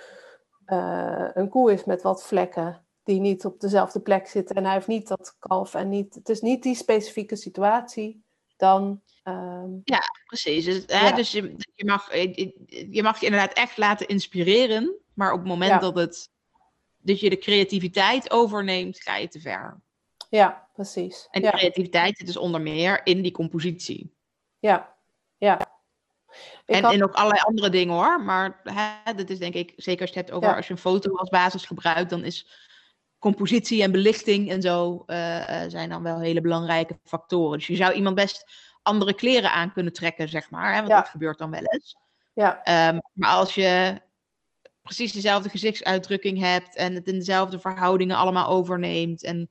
uh, een koe is met wat vlekken die niet op dezelfde plek zitten en hij heeft niet dat kalf en niet, het is niet die specifieke situatie, dan... Um... Ja, precies. Dus, hè, ja. dus je, je, mag, je, je mag je inderdaad echt laten inspireren, maar op het moment ja. dat, het, dat je de creativiteit overneemt, ga je te ver. Ja, precies. En die ja. creativiteit zit dus onder meer in die compositie. Ja, ja. Ik en, had... en nog allerlei andere dingen hoor, maar hè, dat is denk ik, zeker als je het hebt over ja. als je een foto als basis gebruikt, dan is compositie en belichting en zo uh, zijn dan wel hele belangrijke factoren. Dus je zou iemand best andere kleren aan kunnen trekken, zeg maar. Hè, want ja. dat gebeurt dan wel eens. Ja. Um, maar als je precies dezelfde gezichtsuitdrukking hebt en het in dezelfde verhoudingen allemaal overneemt en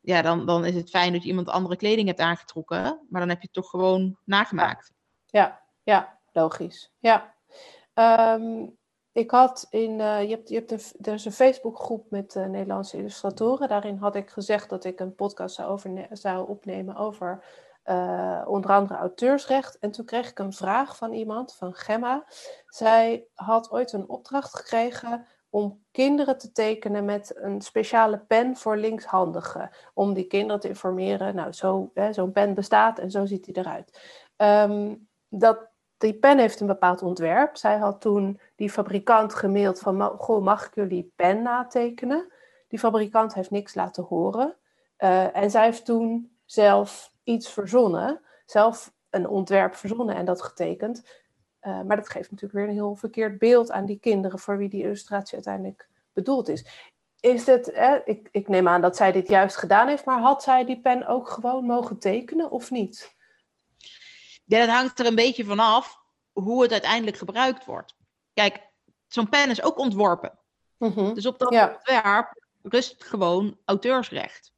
ja, dan, dan is het fijn dat je iemand andere kleding hebt aangetrokken. Maar dan heb je het toch gewoon nagemaakt. Ja, ja, logisch. Ja. Um, ik had in, uh, je hebt, je hebt een, er is een Facebookgroep met uh, Nederlandse illustratoren. Daarin had ik gezegd dat ik een podcast zou, overne- zou opnemen over uh, onder andere auteursrecht. En toen kreeg ik een vraag van iemand, van Gemma. Zij had ooit een opdracht gekregen om kinderen te tekenen met een speciale pen voor linkshandigen. Om die kinderen te informeren, nou, zo, hè, zo'n pen bestaat en zo ziet hij eruit. Um, dat... Die pen heeft een bepaald ontwerp. Zij had toen die fabrikant gemaild van... Goh, mag ik jullie pen natekenen? Die fabrikant heeft niks laten horen. Uh, en zij heeft toen zelf iets verzonnen. Zelf een ontwerp verzonnen en dat getekend. Uh, maar dat geeft natuurlijk weer een heel verkeerd beeld aan die kinderen... voor wie die illustratie uiteindelijk bedoeld is. Is het, eh, ik, ik neem aan dat zij dit juist gedaan heeft... maar had zij die pen ook gewoon mogen tekenen of niet? Ja, dat hangt er een beetje vanaf hoe het uiteindelijk gebruikt wordt. Kijk, zo'n pen is ook ontworpen. Mm-hmm. Dus op dat ja. ontwerp rust gewoon auteursrecht.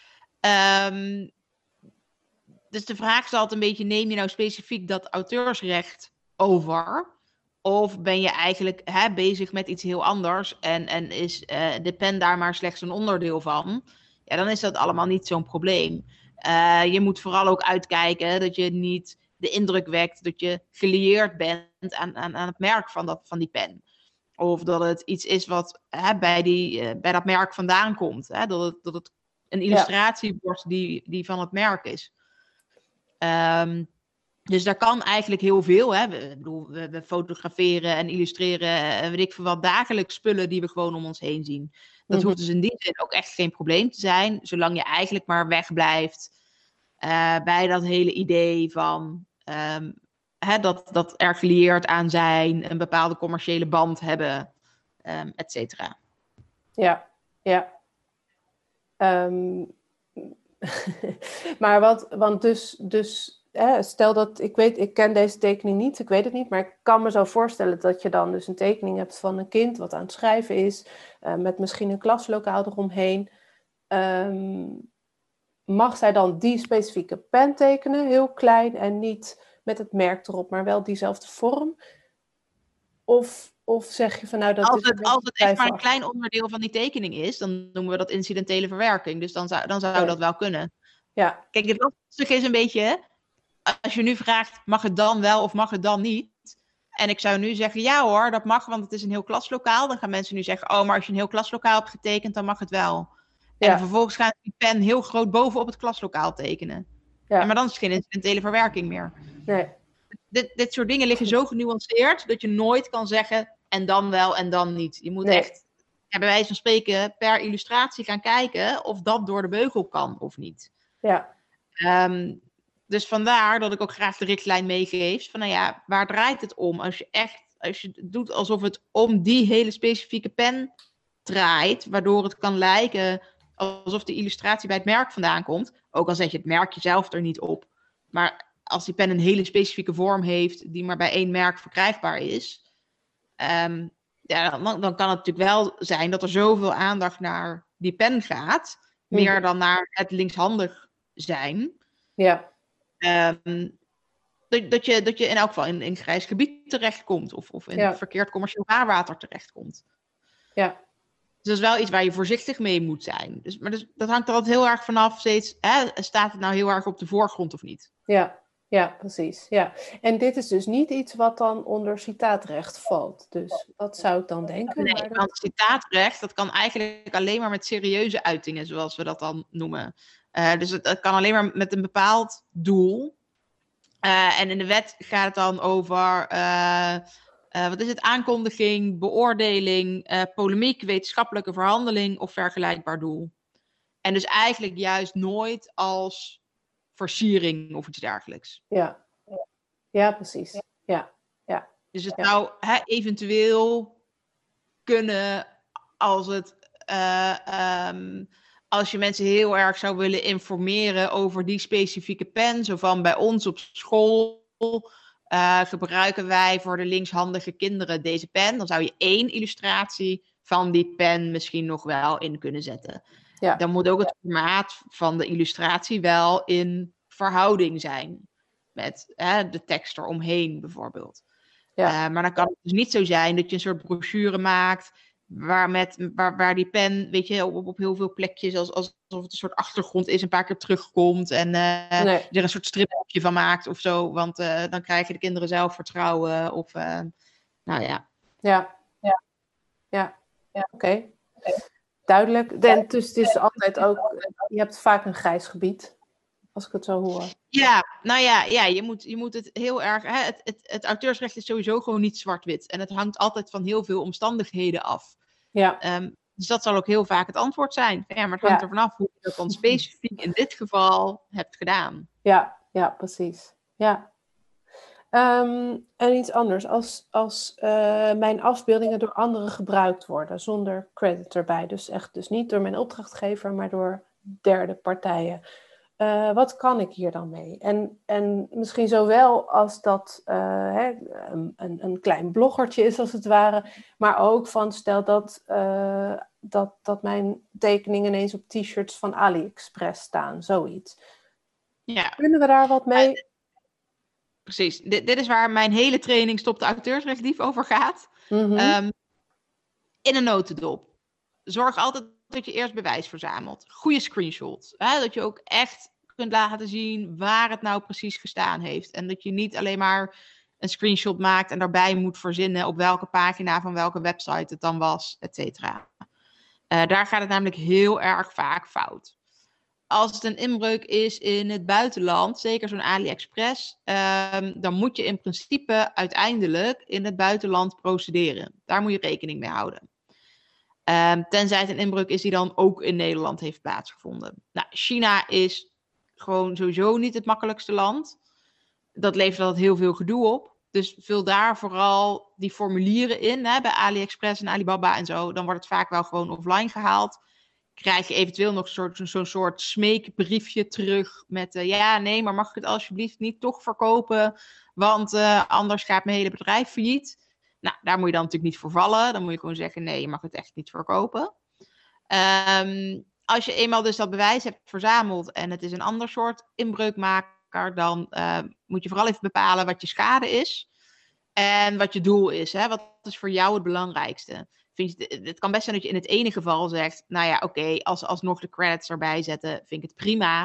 Um, dus de vraag is altijd een beetje, neem je nou specifiek dat auteursrecht over? Of ben je eigenlijk hè, bezig met iets heel anders en, en is uh, de pen daar maar slechts een onderdeel van? Ja, dan is dat allemaal niet zo'n probleem. Uh, je moet vooral ook uitkijken dat je niet de indruk wekt dat je gelieerd bent aan, aan, aan het merk van, dat, van die pen. Of dat het iets is wat hè, bij, die, uh, bij dat merk vandaan komt. Hè? Dat, het, dat het een illustratie ja. wordt die, die van het merk is. Um, dus daar kan eigenlijk heel veel. Hè? We, bedoel, we, we fotograferen en illustreren en weet ik veel wat dagelijks spullen die we gewoon om ons heen zien. Dat mm-hmm. hoeft dus in die zin ook echt geen probleem te zijn. Zolang je eigenlijk maar wegblijft uh, bij dat hele idee van um, hè, dat, dat er gelieerd aan zijn, een bepaalde commerciële band hebben, um, et cetera. Ja, ja. Um, maar wat, want dus, dus hè, stel dat, ik weet, ik ken deze tekening niet, ik weet het niet, maar ik kan me zo voorstellen dat je dan dus een tekening hebt van een kind wat aan het schrijven is, uh, met misschien een klaslokaal eromheen. Um, mag zij dan die specifieke pen tekenen, heel klein en niet met het merk erop, maar wel diezelfde vorm? Of, of zeg je van nou dat als is het, als het echt maar een klein onderdeel van die tekening is, dan noemen we dat incidentele verwerking. Dus dan zou, dan zou okay. dat wel kunnen. Ja. Kijk, het lastige is een beetje, als je nu vraagt, mag het dan wel of mag het dan niet? En ik zou nu zeggen, ja hoor, dat mag, want het is een heel klaslokaal. Dan gaan mensen nu zeggen, oh, maar als je een heel klaslokaal hebt getekend, dan mag het wel. Ja. En vervolgens gaan ze die pen heel groot bovenop het klaslokaal tekenen. Ja. En maar dan is het geen incidentele verwerking meer. Nee. Dit, dit soort dingen liggen zo genuanceerd dat je nooit kan zeggen en dan wel en dan niet. Je moet nee. echt, ja, bij wijze van spreken, per illustratie gaan kijken of dat door de beugel kan of niet. Ja. Um, dus vandaar dat ik ook graag de richtlijn meegeef van, nou ja, waar draait het om? Als je echt, als je doet alsof het om die hele specifieke pen draait, waardoor het kan lijken alsof de illustratie bij het merk vandaan komt, ook al zet je het merkje zelf er niet op, maar als die pen een hele specifieke vorm heeft die maar bij één merk verkrijgbaar is, um, ja, dan, dan kan het natuurlijk wel zijn dat er zoveel aandacht naar die pen gaat, mm. meer dan naar het linkshandig zijn. Ja. Um, dat, dat, je, dat je in elk geval in, in grijs gebied terechtkomt of, of in ja. verkeerd commercieel vaarwater terechtkomt. Ja. Dus dat is wel iets waar je voorzichtig mee moet zijn. Dus, maar dus, dat hangt er altijd heel erg vanaf steeds, hè, staat het nou heel erg op de voorgrond of niet? Ja. Ja, precies. Ja. En dit is dus niet iets wat dan onder citaatrecht valt. Dus dat zou ik dan denken. Nee, maar dat... want citaatrecht, dat kan eigenlijk alleen maar met serieuze uitingen, zoals we dat dan noemen. Uh, dus het, het kan alleen maar met een bepaald doel. Uh, en in de wet gaat het dan over, uh, uh, wat is het, aankondiging, beoordeling, uh, polemiek, wetenschappelijke verhandeling of vergelijkbaar doel. En dus eigenlijk juist nooit als versiering of iets dergelijks. Ja, ja precies. Ja. Ja. Dus het ja. zou hè, eventueel kunnen als het uh, um, als je mensen heel erg zou willen informeren over die specifieke pen, zo van bij ons op school uh, gebruiken wij voor de linkshandige kinderen deze pen, dan zou je één illustratie van die pen misschien nog wel in kunnen zetten. Ja. Dan moet ook het formaat van de illustratie wel in verhouding zijn met hè, de tekst eromheen bijvoorbeeld. Ja. Uh, maar dan kan het dus niet zo zijn dat je een soort brochure maakt waar, met, waar, waar die pen, weet je, op, op heel veel plekjes, als, alsof het een soort achtergrond is, een paar keer terugkomt en uh, Nee. je er een soort stripje van maakt of zo, want uh, dan krijgen de kinderen zelfvertrouwen of, uh, nou ja. Ja, ja, ja, ja. Oké. Okay. Duidelijk. En dus het is altijd ook, je hebt vaak een grijs gebied, als ik het zo hoor. Ja, nou ja, ja je, moet, je moet het heel erg... Hè, het, het, het auteursrecht is sowieso gewoon niet zwart-wit. En het hangt altijd van heel veel omstandigheden af. Ja. Um, dus dat zal ook heel vaak het antwoord zijn. Ja, maar het hangt ja. er vanaf hoe je dat dan specifiek in dit geval hebt gedaan. Ja, ja, precies. Ja. Um, en iets anders. Als, als uh, mijn afbeeldingen door anderen gebruikt worden, zonder credit erbij. Dus echt dus niet door mijn opdrachtgever, maar door derde partijen. Uh, wat kan ik hier dan mee? En, en misschien zowel als dat uh, hè, een, een klein bloggertje is als het ware, maar ook van stel dat, uh, dat, dat mijn tekeningen ineens op t-shirts van AliExpress staan, zoiets. Ja. Kunnen we daar wat mee? Uh, precies. Dit, dit is waar mijn hele training Stop de auteursrechtdief over gaat. Mm-hmm. Um, in een notendop. Zorg altijd dat je eerst bewijs verzamelt. Goede screenshots. Hè? Dat je ook echt kunt laten zien waar het nou precies gestaan heeft. En dat je niet alleen maar een screenshot maakt en daarbij moet verzinnen op welke pagina van welke website het dan was, et cetera. Uh, daar gaat het namelijk heel erg vaak fout. Als het een inbreuk is in het buitenland, zeker zo'n AliExpress, um, dan moet je in principe uiteindelijk in het buitenland procederen. Daar moet je rekening mee houden. Um, tenzij het een inbreuk is die dan ook in Nederland heeft plaatsgevonden. Nou, China is gewoon sowieso niet het makkelijkste land. Dat levert altijd heel veel gedoe op. Dus vul daar vooral die formulieren in, hè, bij AliExpress en Alibaba en zo. Dan wordt het vaak wel gewoon offline gehaald. Krijg je eventueel nog zo'n soort, zo'n soort smeekbriefje terug met... Uh, ja, nee, maar mag ik het alsjeblieft niet toch verkopen? Want uh, anders gaat mijn hele bedrijf failliet. Nou, daar moet je dan natuurlijk niet voor vallen. Dan moet je gewoon zeggen, nee, je mag het echt niet verkopen. Um, als je eenmaal dus dat bewijs hebt verzameld en het is een ander soort inbreukmaker, dan uh, moet je vooral even bepalen wat je schade is en wat je doel is. Hè? Wat is voor jou het belangrijkste? Vind je, het kan best zijn dat je in het ene geval zegt, nou ja, oké, okay, als alsnog de credits erbij zetten, vind ik het prima.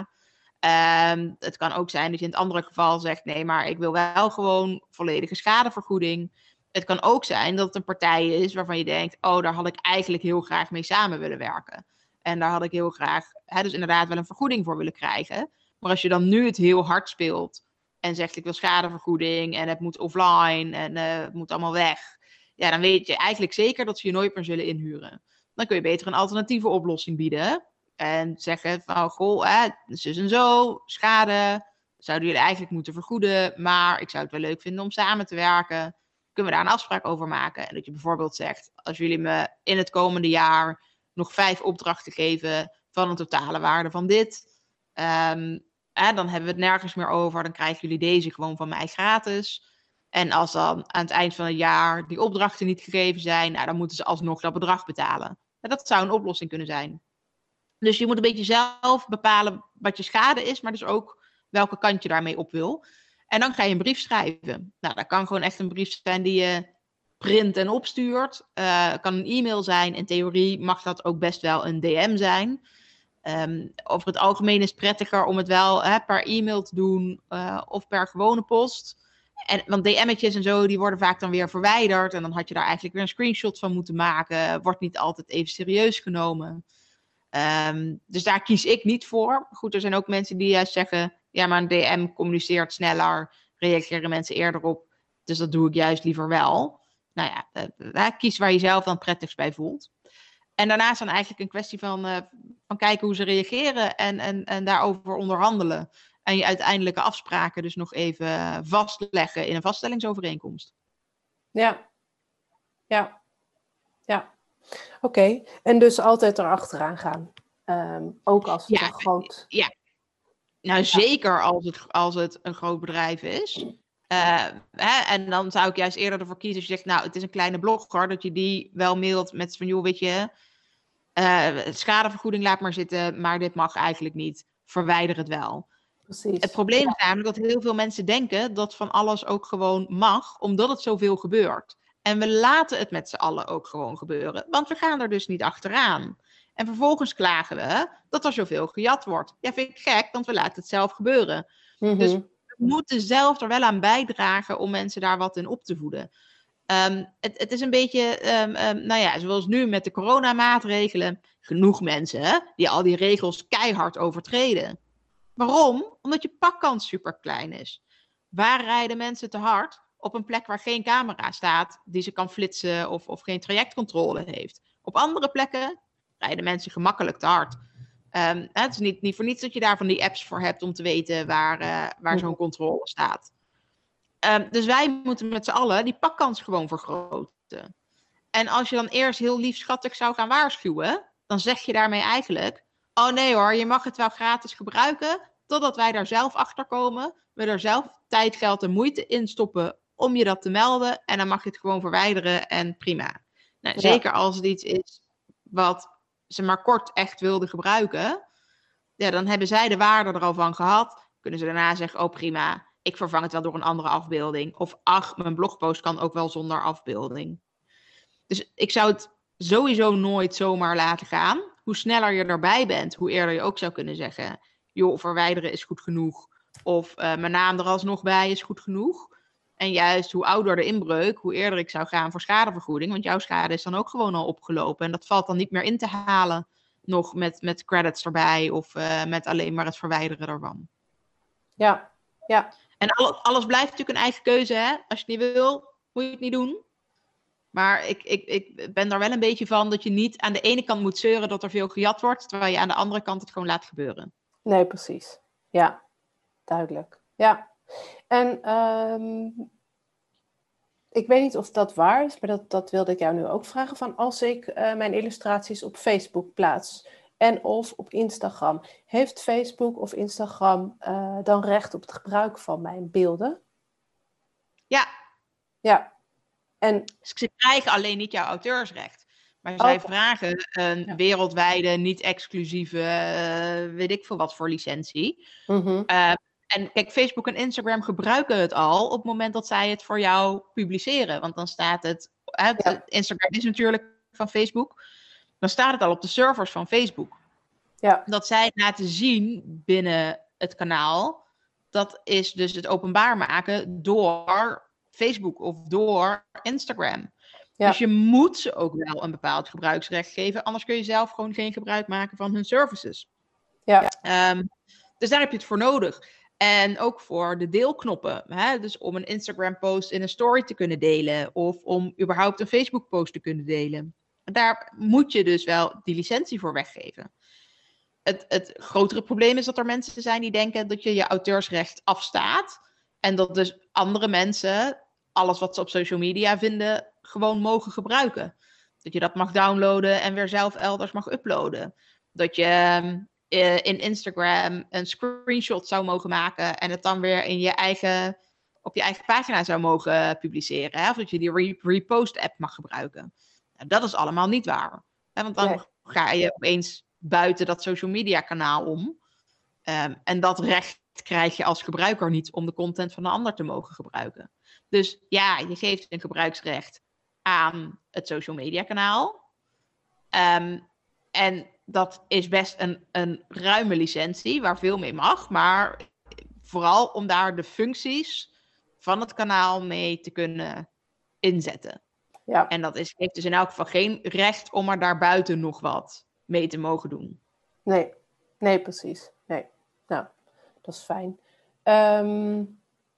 Um, het kan ook zijn dat je in het andere geval zegt, nee, maar ik wil wel gewoon volledige schadevergoeding. Het kan ook zijn dat het een partij is waarvan je denkt, oh, daar had ik eigenlijk heel graag mee samen willen werken. En daar had ik heel graag, hè, dus inderdaad wel een vergoeding voor willen krijgen. Maar als je dan nu het heel hard speelt en zegt, ik wil schadevergoeding en het moet offline en uh, het moet allemaal weg. Ja, dan weet je eigenlijk zeker dat ze je nooit meer zullen inhuren. Dan kun je beter een alternatieve oplossing bieden. En zeggen van, goh, hè, zus en zo, schade, zouden jullie eigenlijk moeten vergoeden. Maar ik zou het wel leuk vinden om samen te werken. Kunnen we daar een afspraak over maken? En dat je bijvoorbeeld zegt, als jullie me in het komende jaar nog vijf opdrachten geven van een totale waarde van dit. Um, eh, dan hebben we het nergens meer over. Dan krijgen jullie deze gewoon van mij gratis. En als dan aan het eind van het jaar die opdrachten niet gegeven zijn, nou, dan moeten ze alsnog dat bedrag betalen. En dat zou een oplossing kunnen zijn. Dus je moet een beetje zelf bepalen wat je schade is, maar dus ook welke kant je daarmee op wil. En dan ga je een brief schrijven. Nou, dat kan gewoon echt een brief zijn die je print en opstuurt. Uh, kan een e-mail zijn. In theorie mag dat ook best wel een D M zijn. Um, over het algemeen is het prettiger om het wel hè, per e-mail te doen uh, of per gewone post. En, want D M'tjes en zo, die worden vaak dan weer verwijderd. En dan had je daar eigenlijk weer een screenshot van moeten maken. Wordt niet altijd even serieus genomen. Um, dus daar kies ik niet voor. Goed, er zijn ook mensen die juist zeggen, ja, maar een D M communiceert sneller, reageren mensen eerder op. Dus dat doe ik juist liever wel. Nou ja, uh, kies waar je zelf dan prettigst bij voelt. En daarnaast dan eigenlijk een kwestie van, uh, van kijken hoe ze reageren en, en, en daarover onderhandelen. En je uiteindelijke afspraken dus nog even vastleggen in een vaststellingsovereenkomst. Ja, ja, ja. Oké, okay. En dus altijd erachteraan gaan. Um, ook als het ja, een groot... Ja, nou ja. Zeker als het, als het een groot bedrijf is. Uh, hè, en dan zou ik juist eerder ervoor kiezen als je zegt, nou, het is een kleine blogger, dat je die wel mailt met van, joh, weet je, Uh, schadevergoeding laat maar zitten, maar dit mag eigenlijk niet. Verwijder het wel. Precies. Het probleem is namelijk dat heel veel mensen denken dat van alles ook gewoon mag, omdat het zoveel gebeurt. En we laten het met z'n allen ook gewoon gebeuren, want we gaan er dus niet achteraan. En vervolgens klagen we dat er zoveel gejat wordt. Ja, vind ik gek, want we laten het zelf gebeuren. Mm-hmm. Dus we moeten zelf er wel aan bijdragen om mensen daar wat in op te voeden. Um, het, het is een beetje, um, um, nou ja, zoals nu met de coronamaatregelen. Genoeg mensen hè, die al die regels keihard overtreden. Waarom? Omdat je pakkans super klein is. Waar rijden mensen te hard? Op een plek waar geen camera staat, die ze kan flitsen of, of geen trajectcontrole heeft. Op andere plekken rijden mensen gemakkelijk te hard. Um, het is niet, niet voor niets dat je daar van die apps voor hebt om te weten waar, uh, waar zo'n controle staat. Um, dus wij moeten met z'n allen die pakkans gewoon vergroten. En als je dan eerst heel liefschattig zou gaan waarschuwen, dan zeg je daarmee eigenlijk, oh nee hoor, je mag het wel gratis gebruiken, totdat wij daar zelf achter komen, we er zelf tijd, geld en moeite in stoppen om je dat te melden, en dan mag je het gewoon verwijderen en prima. Nou, ja. Zeker als het iets is wat ze maar kort echt wilden gebruiken, ja, dan hebben zij de waarde er al van gehad, kunnen ze daarna zeggen, oh prima, ik vervang het wel door een andere afbeelding. Of ach, mijn blogpost kan ook wel zonder afbeelding. Dus ik zou het sowieso nooit zomaar laten gaan. Hoe sneller je erbij bent, hoe eerder je ook zou kunnen zeggen, joh, verwijderen is goed genoeg. Of uh, mijn naam er alsnog bij is goed genoeg. En juist hoe ouder de inbreuk, hoe eerder ik zou gaan voor schadevergoeding. Want jouw schade is dan ook gewoon al opgelopen. En dat valt dan niet meer in te halen. Nog met, met credits erbij of uh, met alleen maar het verwijderen ervan. Ja, ja. En alles, alles blijft natuurlijk een eigen keuze, hè. Als je het niet wil, moet je het niet doen. Maar ik, ik, ik ben daar wel een beetje van dat je niet aan de ene kant moet zeuren dat er veel gejat wordt, terwijl je aan de andere kant het gewoon laat gebeuren. Nee, precies. Ja, duidelijk. Ja. En um, ik weet niet of dat waar is, maar dat, dat wilde ik jou nu ook vragen. Van als ik uh, mijn illustraties op Facebook plaats en of op Instagram, heeft Facebook of Instagram uh, dan recht op het gebruik van mijn beelden? Ja. Ja. En ze krijgen alleen niet jouw auteursrecht. Maar zij okay. vragen een ja. wereldwijde, niet-exclusieve, uh, weet ik veel wat voor licentie. Mm-hmm. Uh, en kijk, Facebook en Instagram gebruiken het al op het moment dat zij het voor jou publiceren. Want dan staat het, uh, ja. Instagram is natuurlijk van Facebook, dan staat het al op de servers van Facebook. Ja. Dat zij het laten zien binnen het kanaal, dat is dus het openbaar maken door Facebook of door Instagram. Ja. Dus je moet ze ook wel een bepaald gebruiksrecht geven, anders kun je zelf gewoon geen gebruik maken van hun services. Ja. Um, dus daar heb je het voor nodig. En ook voor de deelknoppen. Hè? Dus om een Instagram post in een story te kunnen delen, of om überhaupt een Facebook post te kunnen delen. Daar moet je dus wel die licentie voor weggeven. Het, het grotere probleem is dat er mensen zijn die denken dat je je auteursrecht afstaat. En dat dus andere mensen alles wat ze op social media vinden gewoon mogen gebruiken. Dat je dat mag downloaden en weer zelf elders mag uploaden. Dat je uh, in Instagram een screenshot zou mogen maken en het dan weer in je eigen, op je eigen pagina zou mogen publiceren. Hè? Of dat je die re- repost app mag gebruiken. Nou, dat is allemaal niet waar. Hè? Want dan nee. ga je opeens buiten dat social media kanaal om. Um, en dat recht krijg je als gebruiker niet om de content van een ander te mogen gebruiken. Dus ja, je geeft een gebruiksrecht aan het social media kanaal. Um, en dat is best een, een ruime licentie waar veel mee mag. Maar vooral om daar de functies van het kanaal mee te kunnen inzetten. Ja. En dat is, heeft dus in elk geval geen recht om er daarbuiten nog wat mee te mogen doen. Nee, nee precies. Nee. Nou, dat is fijn. Um...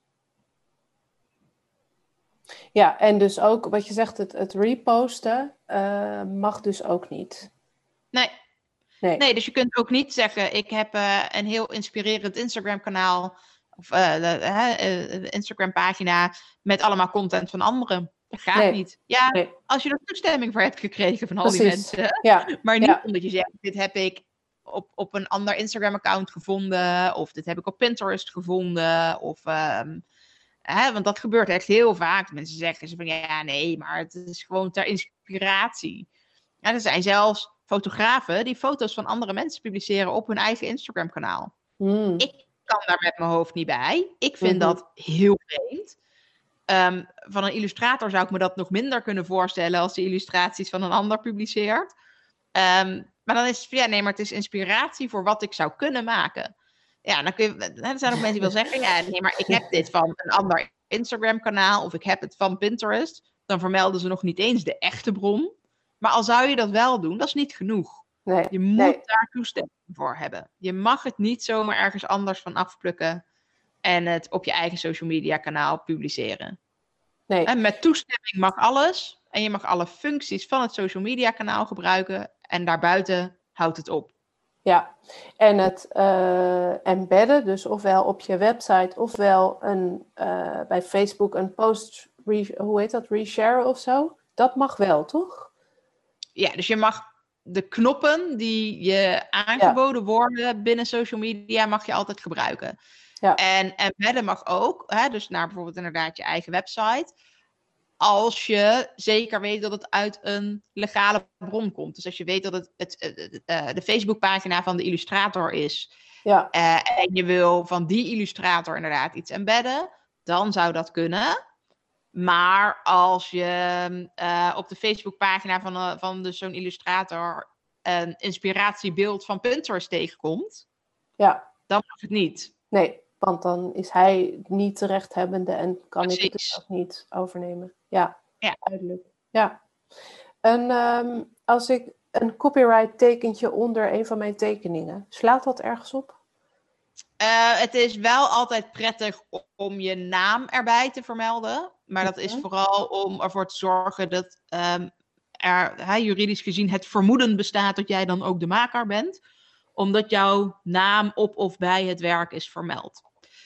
Ja, en dus ook wat je zegt, het, het reposten uh, mag dus ook niet. Nee. nee. Nee, dus je kunt ook niet zeggen, ik heb uh, een heel inspirerend Instagram kanaal of uh, de, uh, de Instagram pagina met allemaal content van anderen. Dat gaat nee. niet. Ja, nee. Als je er toestemming voor hebt gekregen van al Precies. die mensen. Ja. Maar niet ja. omdat je zegt, dit heb ik op, op een ander Instagram account gevonden. Of dit heb ik op Pinterest gevonden. Of... Um, Hè, want dat gebeurt echt heel vaak. Mensen zeggen ze van ja, nee, maar het is gewoon ter inspiratie. Ja, er zijn zelfs fotografen die foto's van andere mensen publiceren op hun eigen Instagram-kanaal. Mm. Ik kan daar met mijn hoofd niet bij. Ik vind Mhm. dat heel vreemd. Um, van een illustrator zou ik me dat nog minder kunnen voorstellen als de illustraties van een ander publiceert. Um, maar dan is het, ja, nee, maar het is inspiratie voor wat ik zou kunnen maken. Ja, dan kun je, er zijn ook mensen die wel zeggen, ja, nee, maar ik heb dit van een ander Instagram-kanaal of ik heb het van Pinterest. Dan vermelden ze nog niet eens de echte bron. Maar al zou je dat wel doen, dat is niet genoeg. Nee, Je moet nee. daar toestemming voor hebben. Je mag het niet zomaar ergens anders van afplukken en het op je eigen social media kanaal publiceren. Nee. En met toestemming mag alles. En je mag alle functies van het social media kanaal gebruiken. En daarbuiten houdt het op. Ja, en het uh, embedden, dus ofwel op je website, ofwel een, uh, bij Facebook een post, re, hoe heet dat, reshare of zo. Dat mag wel, toch? Ja, dus je mag de knoppen die je aangeboden ja. worden binnen social media, mag je altijd gebruiken. Ja. En embedden mag ook, hè, dus naar bijvoorbeeld inderdaad je eigen website. Als je zeker weet dat het uit een legale bron komt. Dus als je weet dat het, het, het, het de Facebookpagina van de illustrator is. Ja. Uh, en je wil van die illustrator inderdaad iets embedden. Dan zou dat kunnen. Maar als je uh, op de Facebookpagina van, uh, van dus zo'n illustrator een inspiratiebeeld van Pinterest tegenkomt. Ja. Dan mag het niet. Nee, want dan is hij niet de rechthebbende en kan Precies. ik het dus ook niet overnemen. Ja, ja. duidelijk. Ja. En um, als ik een copyright tekentje onder een van mijn tekeningen, slaat dat ergens op? Uh, het is wel altijd prettig om je naam erbij te vermelden. Maar dat is vooral om ervoor te zorgen dat um, er he, juridisch gezien het vermoeden bestaat dat jij dan ook de maker bent. Omdat jouw naam op of bij het werk is vermeld.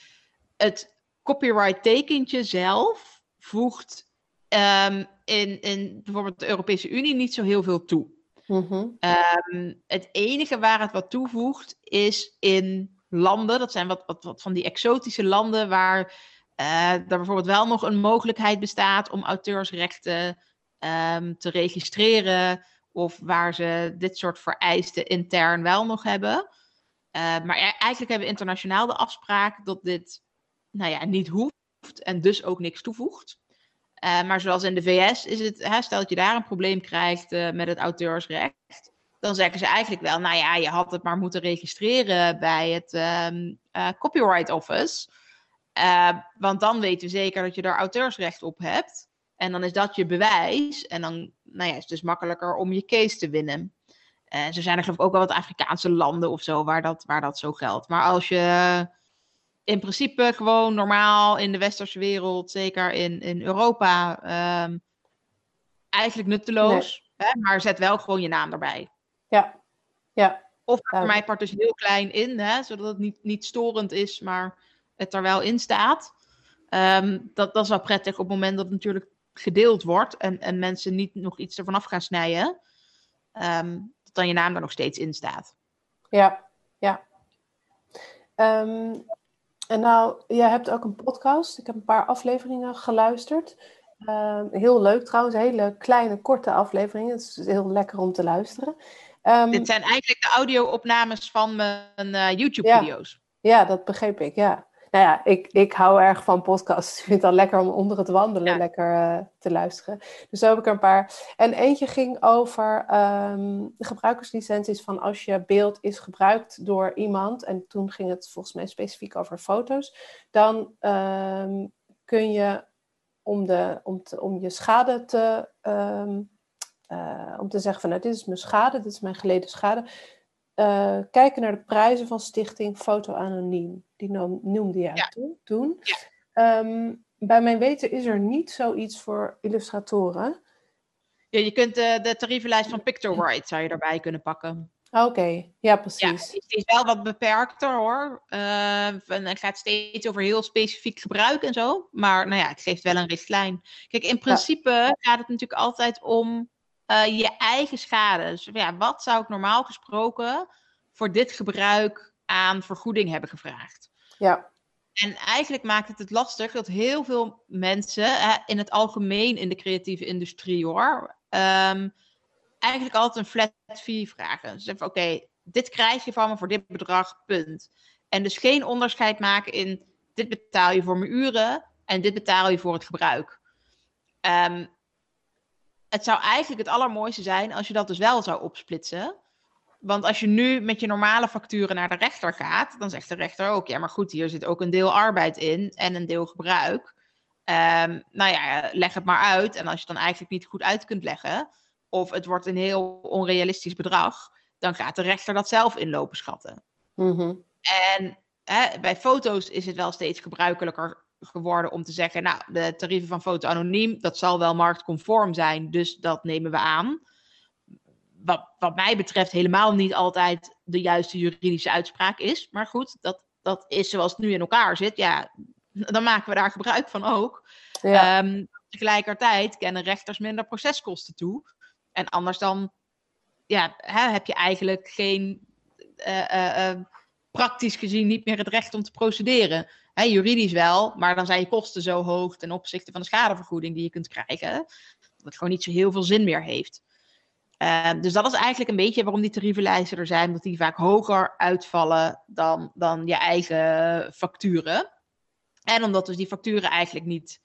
Het copyright tekentje zelf voegt um, in, in bijvoorbeeld de Europese Unie niet zo heel veel toe. Mm-hmm. Um, het enige waar het wat toevoegt is in landen, dat zijn wat, wat, wat van die exotische landen waar uh, er bijvoorbeeld wel nog een mogelijkheid bestaat om auteursrechten um, te registreren of waar ze dit soort vereisten intern wel nog hebben. Uh, maar eigenlijk hebben we internationaal de afspraak dat dit nou ja, niet hoeft en dus ook niks toevoegt. Uh, maar zoals in de V S is het, hè, stel dat je daar een probleem krijgt uh, met het auteursrecht, dan zeggen ze eigenlijk wel, nou ja, je had het maar moeten registreren bij het um, uh, Copyright Office. Uh, want dan weten we zeker dat je daar auteursrecht op hebt. En dan is dat je bewijs. En dan nou ja, is het dus makkelijker om je case te winnen. Uh, zo zijn er geloof ik ook wel wat Afrikaanse landen of zo waar dat, waar dat zo geldt. Maar als je in principe gewoon normaal in de westerse wereld, zeker in, in Europa, um, eigenlijk nutteloos. Nee. Hè, maar zet wel gewoon je naam erbij. Ja, ja. Of voor mij part dus heel klein in, hè, zodat het niet, niet storend is, maar het er wel in staat. Um, dat, dat is wel prettig op het moment dat het natuurlijk gedeeld wordt en, en mensen niet nog iets ervan af gaan snijden. Um, dat dan je naam er nog steeds in staat. Ja, ja. Um, en nou, jij hebt ook een podcast. Ik heb een paar afleveringen geluisterd. Um, heel leuk trouwens, hele kleine, korte afleveringen. Het is heel lekker om te luisteren. Um, Dit zijn eigenlijk de audio-opnames van mijn uh, YouTube-video's. Ja, ja, dat begreep ik, ja. Nou ja, ik, ik hou erg van podcasts. Ik vind het dan lekker om onder het wandelen ja. lekker uh, te luisteren. Dus zo heb ik er een paar. En eentje ging over um, de gebruikerslicenties van als je beeld is gebruikt door iemand. En toen ging het volgens mij specifiek over foto's. Dan um, kun je om, de, om, te, om je schade te... Um, uh, om te zeggen van nou, dit is mijn schade, dit is mijn geleden schade... Uh, kijken naar de prijzen van stichting Foto Anoniem. Die noemde jij ja. toen. toen. Ja. Um, bij mijn weten is er niet zoiets voor illustratoren. Ja, je kunt uh, de tarievenlijst van Pictoright zou je daarbij kunnen pakken. Oké, okay. Ja, precies. Ja, die is wel wat beperkter hoor. Uh, en het gaat steeds over heel specifiek gebruik en zo. Maar nou ja, het geeft wel een richtlijn. Kijk, in principe ja. gaat het natuurlijk altijd om Uh, je eigen schade. Dus ja, wat zou ik normaal gesproken voor dit gebruik aan vergoeding hebben gevraagd? Ja. En eigenlijk maakt het het lastig dat heel veel mensen, uh, in het algemeen in de creatieve industrie hoor, um, eigenlijk altijd een flat fee vragen. Dus even, oké, okay, dit krijg je van me voor dit bedrag, punt. En dus geen onderscheid maken in, dit betaal je voor mijn uren en dit betaal je voor het gebruik. Um, het zou eigenlijk het allermooiste zijn als je dat dus wel zou opsplitsen. Want als je nu met je normale facturen naar de rechter gaat, dan zegt de rechter ook, ja, maar goed, hier zit ook een deel arbeid in en een deel gebruik. Um, nou ja, leg het maar uit. En als je het dan eigenlijk niet goed uit kunt leggen, of het wordt een heel onrealistisch bedrag, dan gaat de rechter dat zelf inlopen schatten. Mm-hmm. En hè, bij foto's is het wel steeds gebruikelijker geworden om te zeggen, nou, de tarieven van Foto Anoniem, dat zal wel marktconform zijn, dus dat nemen we aan. Wat, wat mij betreft helemaal niet altijd de juiste juridische uitspraak is. Maar goed, dat, dat is zoals het nu in elkaar zit. Ja, dan maken we daar gebruik van ook. Ja. Um, tegelijkertijd kennen rechters minder proceskosten toe. En anders dan ja, hè, heb je eigenlijk geen, uh, uh, uh, praktisch gezien niet meer het recht om te procederen. Hè, juridisch wel, maar dan zijn je kosten zo hoog ten opzichte van de schadevergoeding die je kunt krijgen, dat het gewoon niet zo heel veel zin meer heeft. Uh, dus dat is eigenlijk een beetje waarom die tarievenlijsten er zijn, omdat die vaak hoger uitvallen dan, dan je eigen facturen. En omdat dus die facturen eigenlijk niet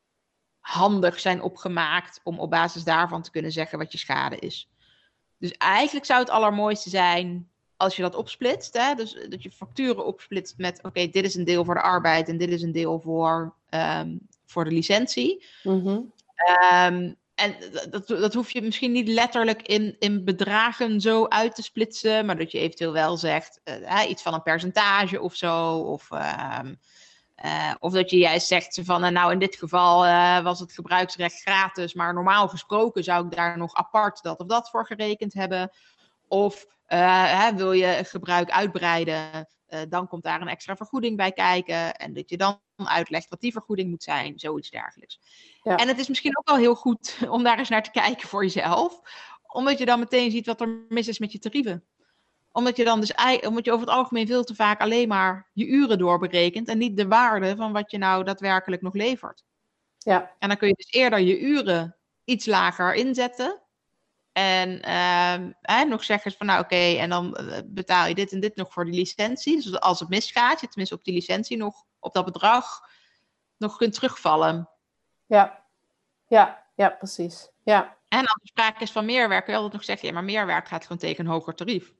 handig zijn opgemaakt om op basis daarvan te kunnen zeggen wat je schade is. Dus eigenlijk zou het allermooiste zijn als je dat opsplitst. Hè? Dus dat je facturen opsplitst met, oké, okay, dit is een deel voor de arbeid en dit is een deel voor, um, voor de licentie. Mm-hmm. Um, En dat, dat hoef je misschien niet letterlijk in, in bedragen zo uit te splitsen, maar dat je eventueel wel zegt uh, iets van een percentage of zo. Of, uh, uh, of dat je juist zegt van, uh, nou in dit geval uh, was het gebruiksrecht gratis, maar normaal gesproken zou ik daar nog apart dat of dat voor gerekend hebben. Of uh, hè, wil je gebruik uitbreiden, uh, dan komt daar een extra vergoeding bij kijken. En dat je dan uitlegt wat die vergoeding moet zijn, zoiets dergelijks. Ja. En het is misschien ook wel heel goed om daar eens naar te kijken voor jezelf. Omdat je dan meteen ziet wat er mis is met je tarieven. Omdat je dan dus omdat je over het algemeen veel te vaak alleen maar je uren doorberekent en niet de waarde van wat je nou daadwerkelijk nog levert. Ja. En dan kun je dus eerder je uren iets lager inzetten. En uh, hè, nog zeggen van nou oké, okay, en dan uh, betaal je dit en dit nog voor die licentie. Dus als het misgaat, je tenminste op die licentie nog op dat bedrag nog kunt terugvallen. Ja, ja, ja, precies. Ja. En als er sprake is van meerwerk, kun je altijd nog zeggen, ja, maar meerwerk gaat gewoon tegen een hoger tarief.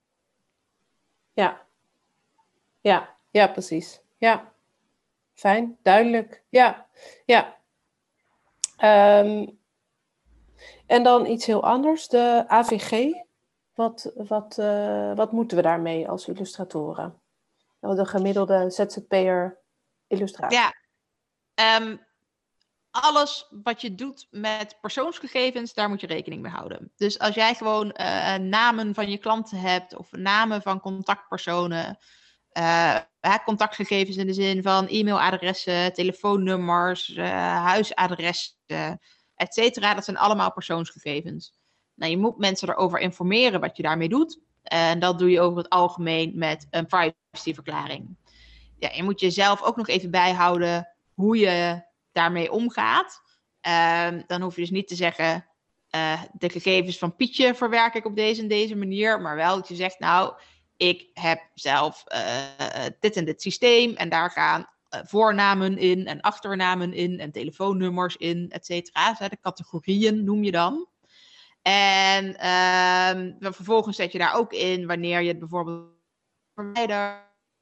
Ja, ja, ja, precies. Ja, fijn, duidelijk. Ja, ja. Um, en dan iets heel anders, de A V G. Wat, wat, uh, wat moeten we daarmee als illustratoren? De gemiddelde Z Z P'er illustratie. Ja, um, alles wat je doet met persoonsgegevens, daar moet je rekening mee houden. Dus als jij gewoon uh, namen van je klanten hebt of namen van contactpersonen, uh, contactgegevens in de zin van e-mailadressen, telefoonnummers, uh, huisadressen, et cetera. Dat zijn allemaal persoonsgegevens. Nou, je moet mensen erover informeren wat je daarmee doet. En dat doe je over het algemeen met een privacyverklaring. Ja, je moet jezelf ook nog even bijhouden hoe je daarmee omgaat. Uh, dan hoef je dus niet te zeggen, uh, de gegevens van Pietje verwerk ik op deze en deze manier. Maar wel dat je zegt, nou, ik heb zelf uh, dit en dit systeem. En daar gaan uh, voornamen in en achternamen in en telefoonnummers in, et cetera. De categorieën noem je dan. En uh, vervolgens zet je daar ook in wanneer je het bijvoorbeeld verwijdert.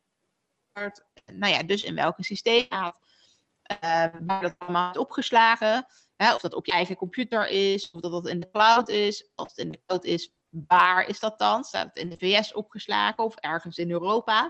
Nou ja, dus in welke systeem gaat. Uh, waar dat allemaal is opgeslagen. Hè, of dat op je eigen computer is. Of dat dat in de cloud is. Als het in de cloud is, waar is dat dan? Staat het in de V S opgeslagen of ergens in Europa?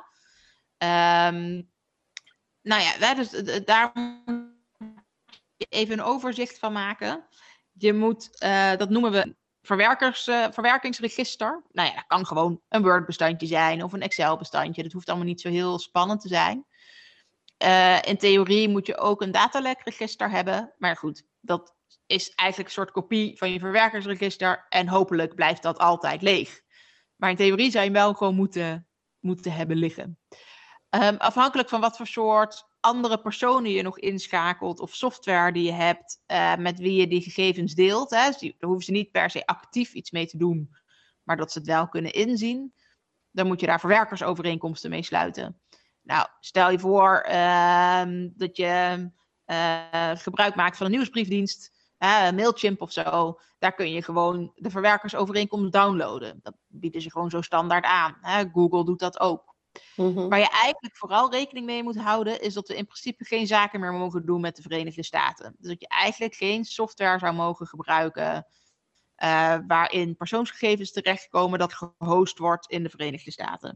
Um, nou ja, dus daar moet je even een overzicht van maken. Je moet, uh, dat noemen we verwerkers, uh, verwerkingsregister. Nou ja, dat kan gewoon een Word-bestandje zijn of een Excel-bestandje. Dat hoeft allemaal niet zo heel spannend te zijn. Uh, in theorie moet je ook een datalekregister hebben. Maar goed, dat is eigenlijk een soort kopie van je verwerkersregister. En hopelijk blijft dat altijd leeg. Maar in theorie zou je hem wel gewoon moeten, moeten hebben liggen. Um, afhankelijk van wat voor soort andere personen je nog inschakelt of software die je hebt uh, met wie je die gegevens deelt. Hè. Dus die, daar hoeven ze niet per se actief iets mee te doen, maar dat ze het wel kunnen inzien. Dan moet je daar verwerkersovereenkomsten mee sluiten. Nou, stel je voor uh, dat je uh, gebruik maakt van een nieuwsbriefdienst, uh, Mailchimp of zo. Daar kun je gewoon de verwerkersovereenkomst downloaden. Dat bieden ze gewoon zo standaard aan. Hè. Google doet dat ook. Mm-hmm. Waar je eigenlijk vooral rekening mee moet houden, is dat we in principe geen zaken meer mogen doen met de Verenigde Staten. Dus dat je eigenlijk geen software zou mogen gebruiken uh, waarin persoonsgegevens terechtkomen dat gehost wordt in de Verenigde Staten.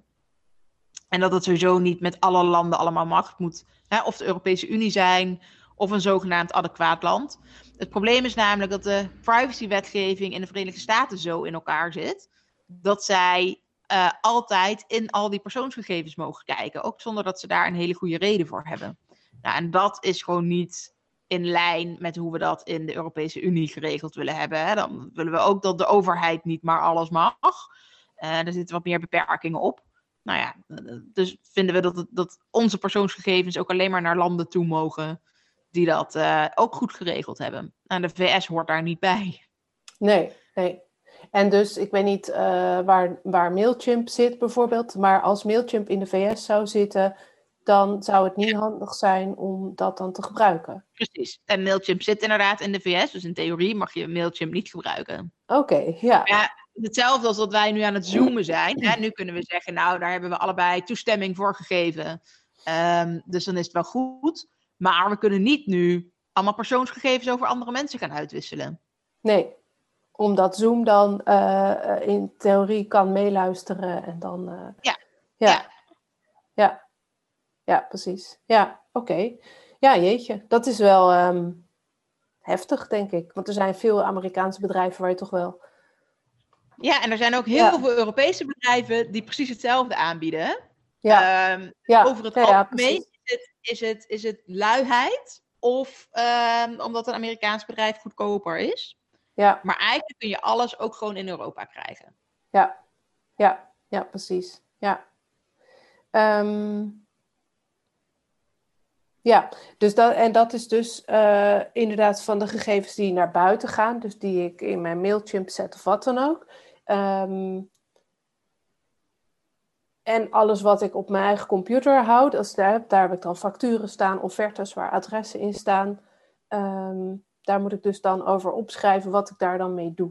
En dat het sowieso niet met alle landen allemaal mag. Het moet hè, of de Europese Unie zijn of een zogenaamd adequaat land. Het probleem is namelijk dat de privacywetgeving in de Verenigde Staten zo in elkaar zit, dat zij Uh, altijd in al die persoonsgegevens mogen kijken. Ook zonder dat ze daar een hele goede reden voor hebben. Nou, en dat is gewoon niet in lijn met hoe we dat in de Europese Unie geregeld willen hebben. Hè. Dan willen we ook dat de overheid niet maar alles mag. Uh, er zitten wat meer beperkingen op. Nou ja, dus vinden we dat, het, dat onze persoonsgegevens ook alleen maar naar landen toe mogen die dat uh, ook goed geregeld hebben. En de V S hoort daar niet bij. Nee, nee. En dus, ik weet niet uh, waar, waar Mailchimp zit bijvoorbeeld, maar als Mailchimp in de V S zou zitten, dan zou het niet handig zijn om dat dan te gebruiken. Precies. En Mailchimp zit inderdaad in de V S, dus in theorie mag je Mailchimp niet gebruiken. Oké, okay, ja. ja. Hetzelfde als dat wij nu aan het zoomen zijn. Hè? Nu kunnen we zeggen, nou, daar hebben we allebei toestemming voor gegeven. Um, dus dan is het wel goed. Maar we kunnen niet nu allemaal persoonsgegevens over andere mensen gaan uitwisselen. Nee. Omdat Zoom dan uh, in theorie kan meeluisteren en dan... Uh, ja. Ja. ja. Ja. Ja, precies. Ja, oké. Okay. Ja, jeetje. Dat is wel um, heftig, denk ik. Want er zijn veel Amerikaanse bedrijven waar je toch wel... Ja, en er zijn ook heel ja. veel Europese bedrijven die precies hetzelfde aanbieden. Ja. Um, ja. Over het ja, ja, algemeen is het, is, het, is het luiheid of um, omdat een Amerikaans bedrijf goedkoper is. Ja. Maar eigenlijk kun je alles ook gewoon in Europa krijgen. Ja, ja, ja, precies. Ja, um, ja. Dus dat, en dat is dus uh, inderdaad van de gegevens die naar buiten gaan. Dus die ik in mijn Mailchimp zet of wat dan ook. Um, en alles wat ik op mijn eigen computer houd, als daar, heb, daar heb ik dan facturen staan, offertes waar adressen in staan. Um, Daar moet ik dus dan over opschrijven wat ik daar dan mee doe.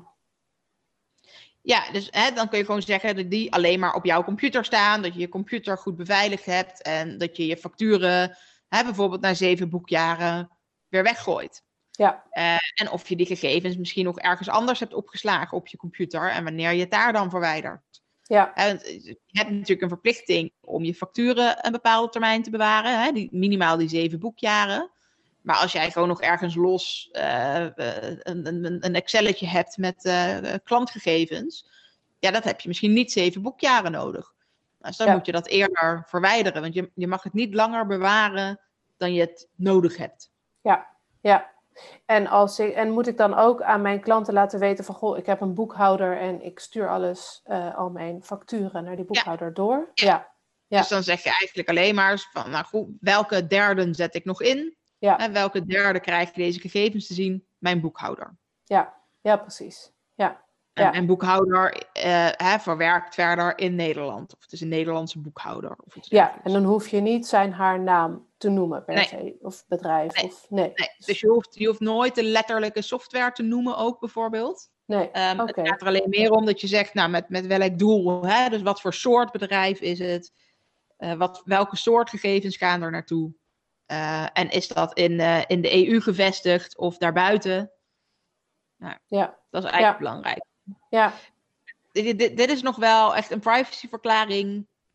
Ja, dus hè, dan kun je gewoon zeggen dat die alleen maar op jouw computer staan. Dat je je computer goed beveiligd hebt. En dat je je facturen hè, bijvoorbeeld na zeven boekjaren weer weggooit. Ja. Uh, en of je die gegevens misschien nog ergens anders hebt opgeslagen op je computer. En wanneer je het daar dan verwijdert. Ja. Hè, je hebt natuurlijk een verplichting om je facturen een bepaalde termijn te bewaren. Hè, die, minimaal die zeven boekjaren. Maar als jij gewoon nog ergens los uh, een, een, een Excelletje hebt met uh, klantgegevens, ja, dat heb je misschien niet zeven boekjaren nodig. Dus dan ja. moet je dat eerder verwijderen, want je, je mag het niet langer bewaren dan je het nodig hebt. Ja, ja. En, als ik, en moet ik dan ook aan mijn klanten laten weten van, goh, ik heb een boekhouder en ik stuur alles, uh, al mijn facturen naar die boekhouder ja. door? Ja. Ja. ja. Dus dan zeg je eigenlijk alleen maar van, nou goed, welke derden zet ik nog in? Ja. En welke derde krijgt deze gegevens te zien? Mijn boekhouder. Ja, ja precies. Ja. En ja. mijn boekhouder uh, hè, verwerkt verder in Nederland. Of het is een Nederlandse boekhouder. Of iets ja, en dan hoef je niet zijn haar naam te noemen per nee. se. Of bedrijf. Nee. Of, nee. nee. Dus je hoeft, je hoeft nooit de letterlijke software te noemen ook bijvoorbeeld. Nee, um, okay. Het gaat er alleen meer om dat je zegt, nou met, met welk doel. Hè? Dus wat voor soort bedrijf is het? Uh, wat, welke soort gegevens gaan er naartoe? Uh, en is dat in, uh, in de E U gevestigd of daarbuiten? Nou, ja. Dat is eigenlijk ja. belangrijk. Ja. Dit, dit, dit is nog wel echt een privacyverklaring.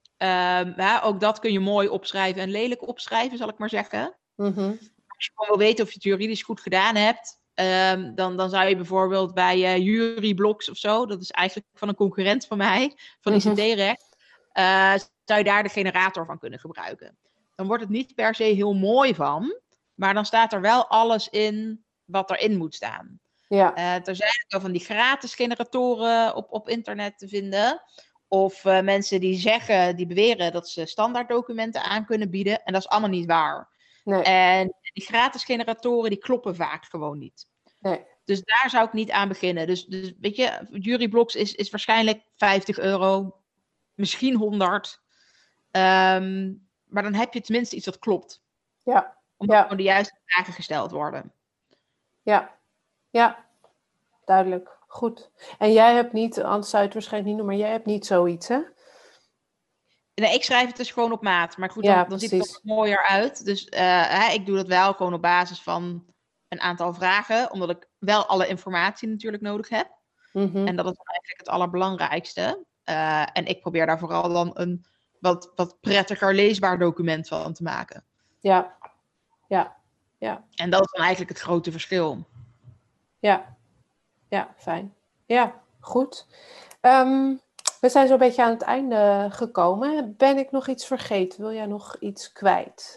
Um, ja, ook dat kun je mooi opschrijven en lelijk opschrijven, zal ik maar zeggen. Mm-hmm. Als je gewoon wil weten of je het juridisch goed gedaan hebt, um, dan, dan zou je bijvoorbeeld bij uh, Juryblocks of zo, dat is eigenlijk van een concurrent van mij, van I C T-recht, uh, zou je daar de generator van kunnen gebruiken. Dan wordt het niet per se heel mooi van, maar dan staat er wel alles in wat erin moet staan. Ja. Uh, er zijn ook wel van die gratis generatoren op, op internet te vinden. Of uh, mensen die zeggen, die beweren dat ze standaard documenten aan kunnen bieden. En dat is allemaal niet waar. Nee. En die gratis generatoren, die kloppen vaak gewoon niet. Nee. Dus daar zou ik niet aan beginnen. Dus, dus weet je, Juryblocks is, is waarschijnlijk vijftig euro, misschien honderd. Um, maar dan heb je tenminste iets dat klopt. Ja. Omdat ja. gewoon de juiste vragen gesteld worden. Ja, ja, duidelijk. Goed. En jij hebt niet, anders zou je het waarschijnlijk niet doen, maar jij hebt niet zoiets, hè? Nee, ik schrijf het dus gewoon op maat. Maar goed, ja, dan, dan ziet het er wat mooier uit. Dus uh, hè, ik doe dat wel gewoon op basis van een aantal vragen. Omdat ik wel alle informatie natuurlijk nodig heb. Mm-hmm. En dat is eigenlijk het allerbelangrijkste. Uh, en ik probeer daar vooral dan een wat, wat prettiger leesbaar document van te maken. Ja, ja, ja. En dat is dan eigenlijk het grote verschil. Ja, ja, fijn. Ja, goed. Um, we zijn zo'n beetje aan het einde gekomen. Ben ik nog iets vergeten? Wil jij nog iets kwijt?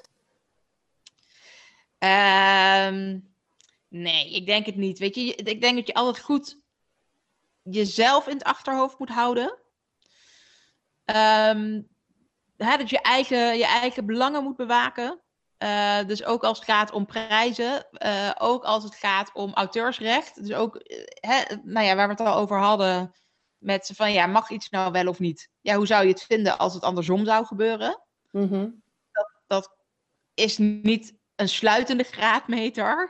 Um, nee, ik denk het niet. Weet je, ik denk dat je altijd goed jezelf in het achterhoofd moet houden. Um, hè, dat je eigen, je eigen belangen moet bewaken. Uh, dus ook als het gaat om prijzen, uh, ook als het gaat om auteursrecht. Dus ook, uh, hè, nou ja, waar we het al over hadden, met van ja, mag iets nou wel of niet? Ja, hoe zou je het vinden als het andersom zou gebeuren? Mm-hmm. Dat, dat is niet een sluitende graadmeter,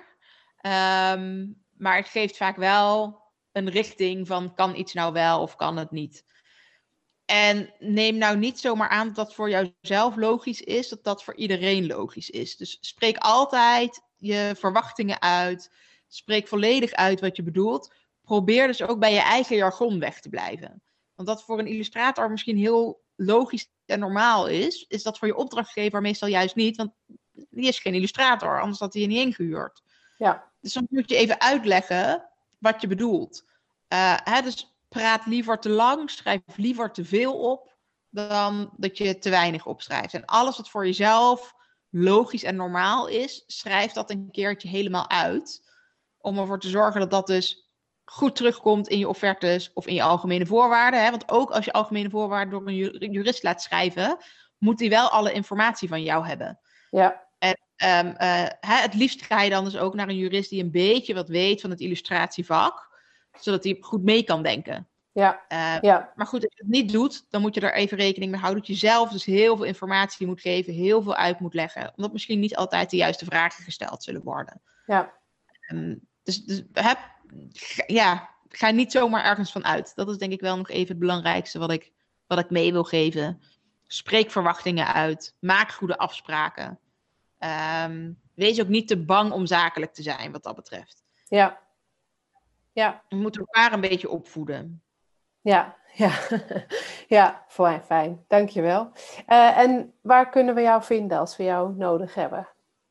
um, maar het geeft vaak wel een richting van kan iets nou wel of kan het niet? En neem nou niet zomaar aan dat dat voor jouzelf logisch is, dat dat voor iedereen logisch is. Dus spreek altijd je verwachtingen uit. Spreek volledig uit wat je bedoelt. Probeer dus ook bij je eigen jargon weg te blijven. Want dat voor een illustrator misschien heel logisch en normaal is, is dat voor je opdrachtgever meestal juist niet. Want die is geen illustrator, anders had hij je niet ingehuurd. Ja. Dus dan moet je even uitleggen wat je bedoelt. Uh, hè, dus praat liever te lang, schrijf liever te veel op, dan dat je te weinig opschrijft. En alles wat voor jezelf logisch en normaal is, schrijf dat een keertje helemaal uit. Om ervoor te zorgen dat dat dus goed terugkomt in je offertes of in je algemene voorwaarden. Hè? Want ook als je algemene voorwaarden door een jurist laat schrijven, moet hij wel alle informatie van jou hebben. Ja. En um, uh, hè, het liefst ga je dan dus ook naar een jurist die een beetje wat weet van het illustratievak, zodat hij goed mee kan denken. Ja. Uh, ja. Maar goed, als je het niet doet, dan moet je er even rekening mee houden dat je zelf dus heel veel informatie moet geven, heel veel uit moet leggen, omdat misschien niet altijd de juiste vragen gesteld zullen worden. Ja. Um, dus dus heb, ja, ga niet zomaar ergens van uit. Dat is denk ik wel nog even het belangrijkste wat ik, wat ik mee wil geven. Spreek verwachtingen uit. Maak goede afspraken. Um, wees ook niet te bang om zakelijk te zijn wat dat betreft. Ja. Ja. We moeten elkaar een beetje opvoeden. Ja, ja. Ja, fijn, fijn. Dankjewel. Uh, en waar kunnen we jou vinden als we jou nodig hebben?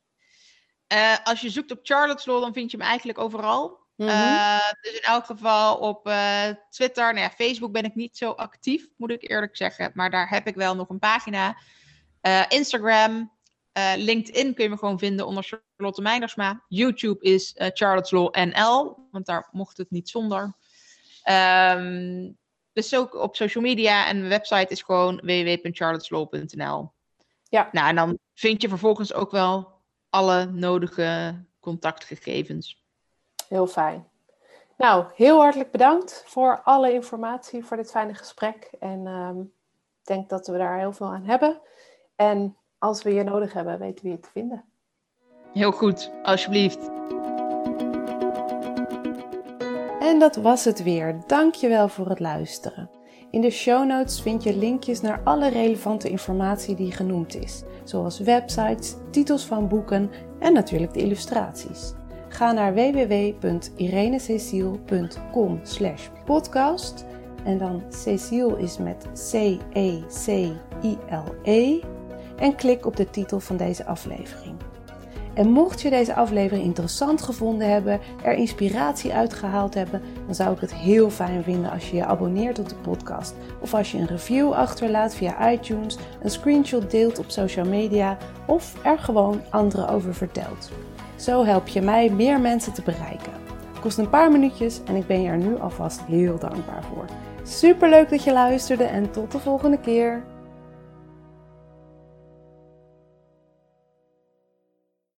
Uh, als je zoekt op Charlotte's Law, dan vind je hem eigenlijk overal. Mm-hmm. Uh, dus in elk geval op uh, Twitter, nou ja, Facebook ben ik niet zo actief, moet ik eerlijk zeggen. Maar daar heb ik wel nog een pagina. Uh, Instagram, uh, LinkedIn kun je me gewoon vinden onder Charlotte Meinersma. YouTube is uh, Charlotte's Law N L, want daar mocht het niet zonder. Um, dus ook op social media en mijn website is gewoon w w w punt charlotteslaw punt n l. Ja. Nou, en dan vind je vervolgens ook wel alle nodige contactgegevens. Heel fijn. Nou, heel hartelijk bedankt voor alle informatie, voor dit fijne gesprek. En um, ik denk dat we daar heel veel aan hebben. En als we je nodig hebben, weten we je te vinden. Heel goed, alsjeblieft. En dat was het weer. Dankjewel voor het luisteren. In de show notes vind je linkjes naar alle relevante informatie die genoemd is. Zoals websites, titels van boeken en natuurlijk de illustraties. Ga naar w w w punt irenececile punt com slash podcast. En dan Cecile is met C E C I L E. En klik op de titel van deze aflevering. En mocht je deze aflevering interessant gevonden hebben, er inspiratie uitgehaald hebben, dan zou ik het heel fijn vinden als je je abonneert op de podcast. Of als je een review achterlaat via iTunes, een screenshot deelt op social media of er gewoon anderen over vertelt. Zo help je mij meer mensen te bereiken. Het kost een paar minuutjes en ik ben je er nu alvast heel dankbaar voor. Superleuk dat je luisterde en tot de volgende keer.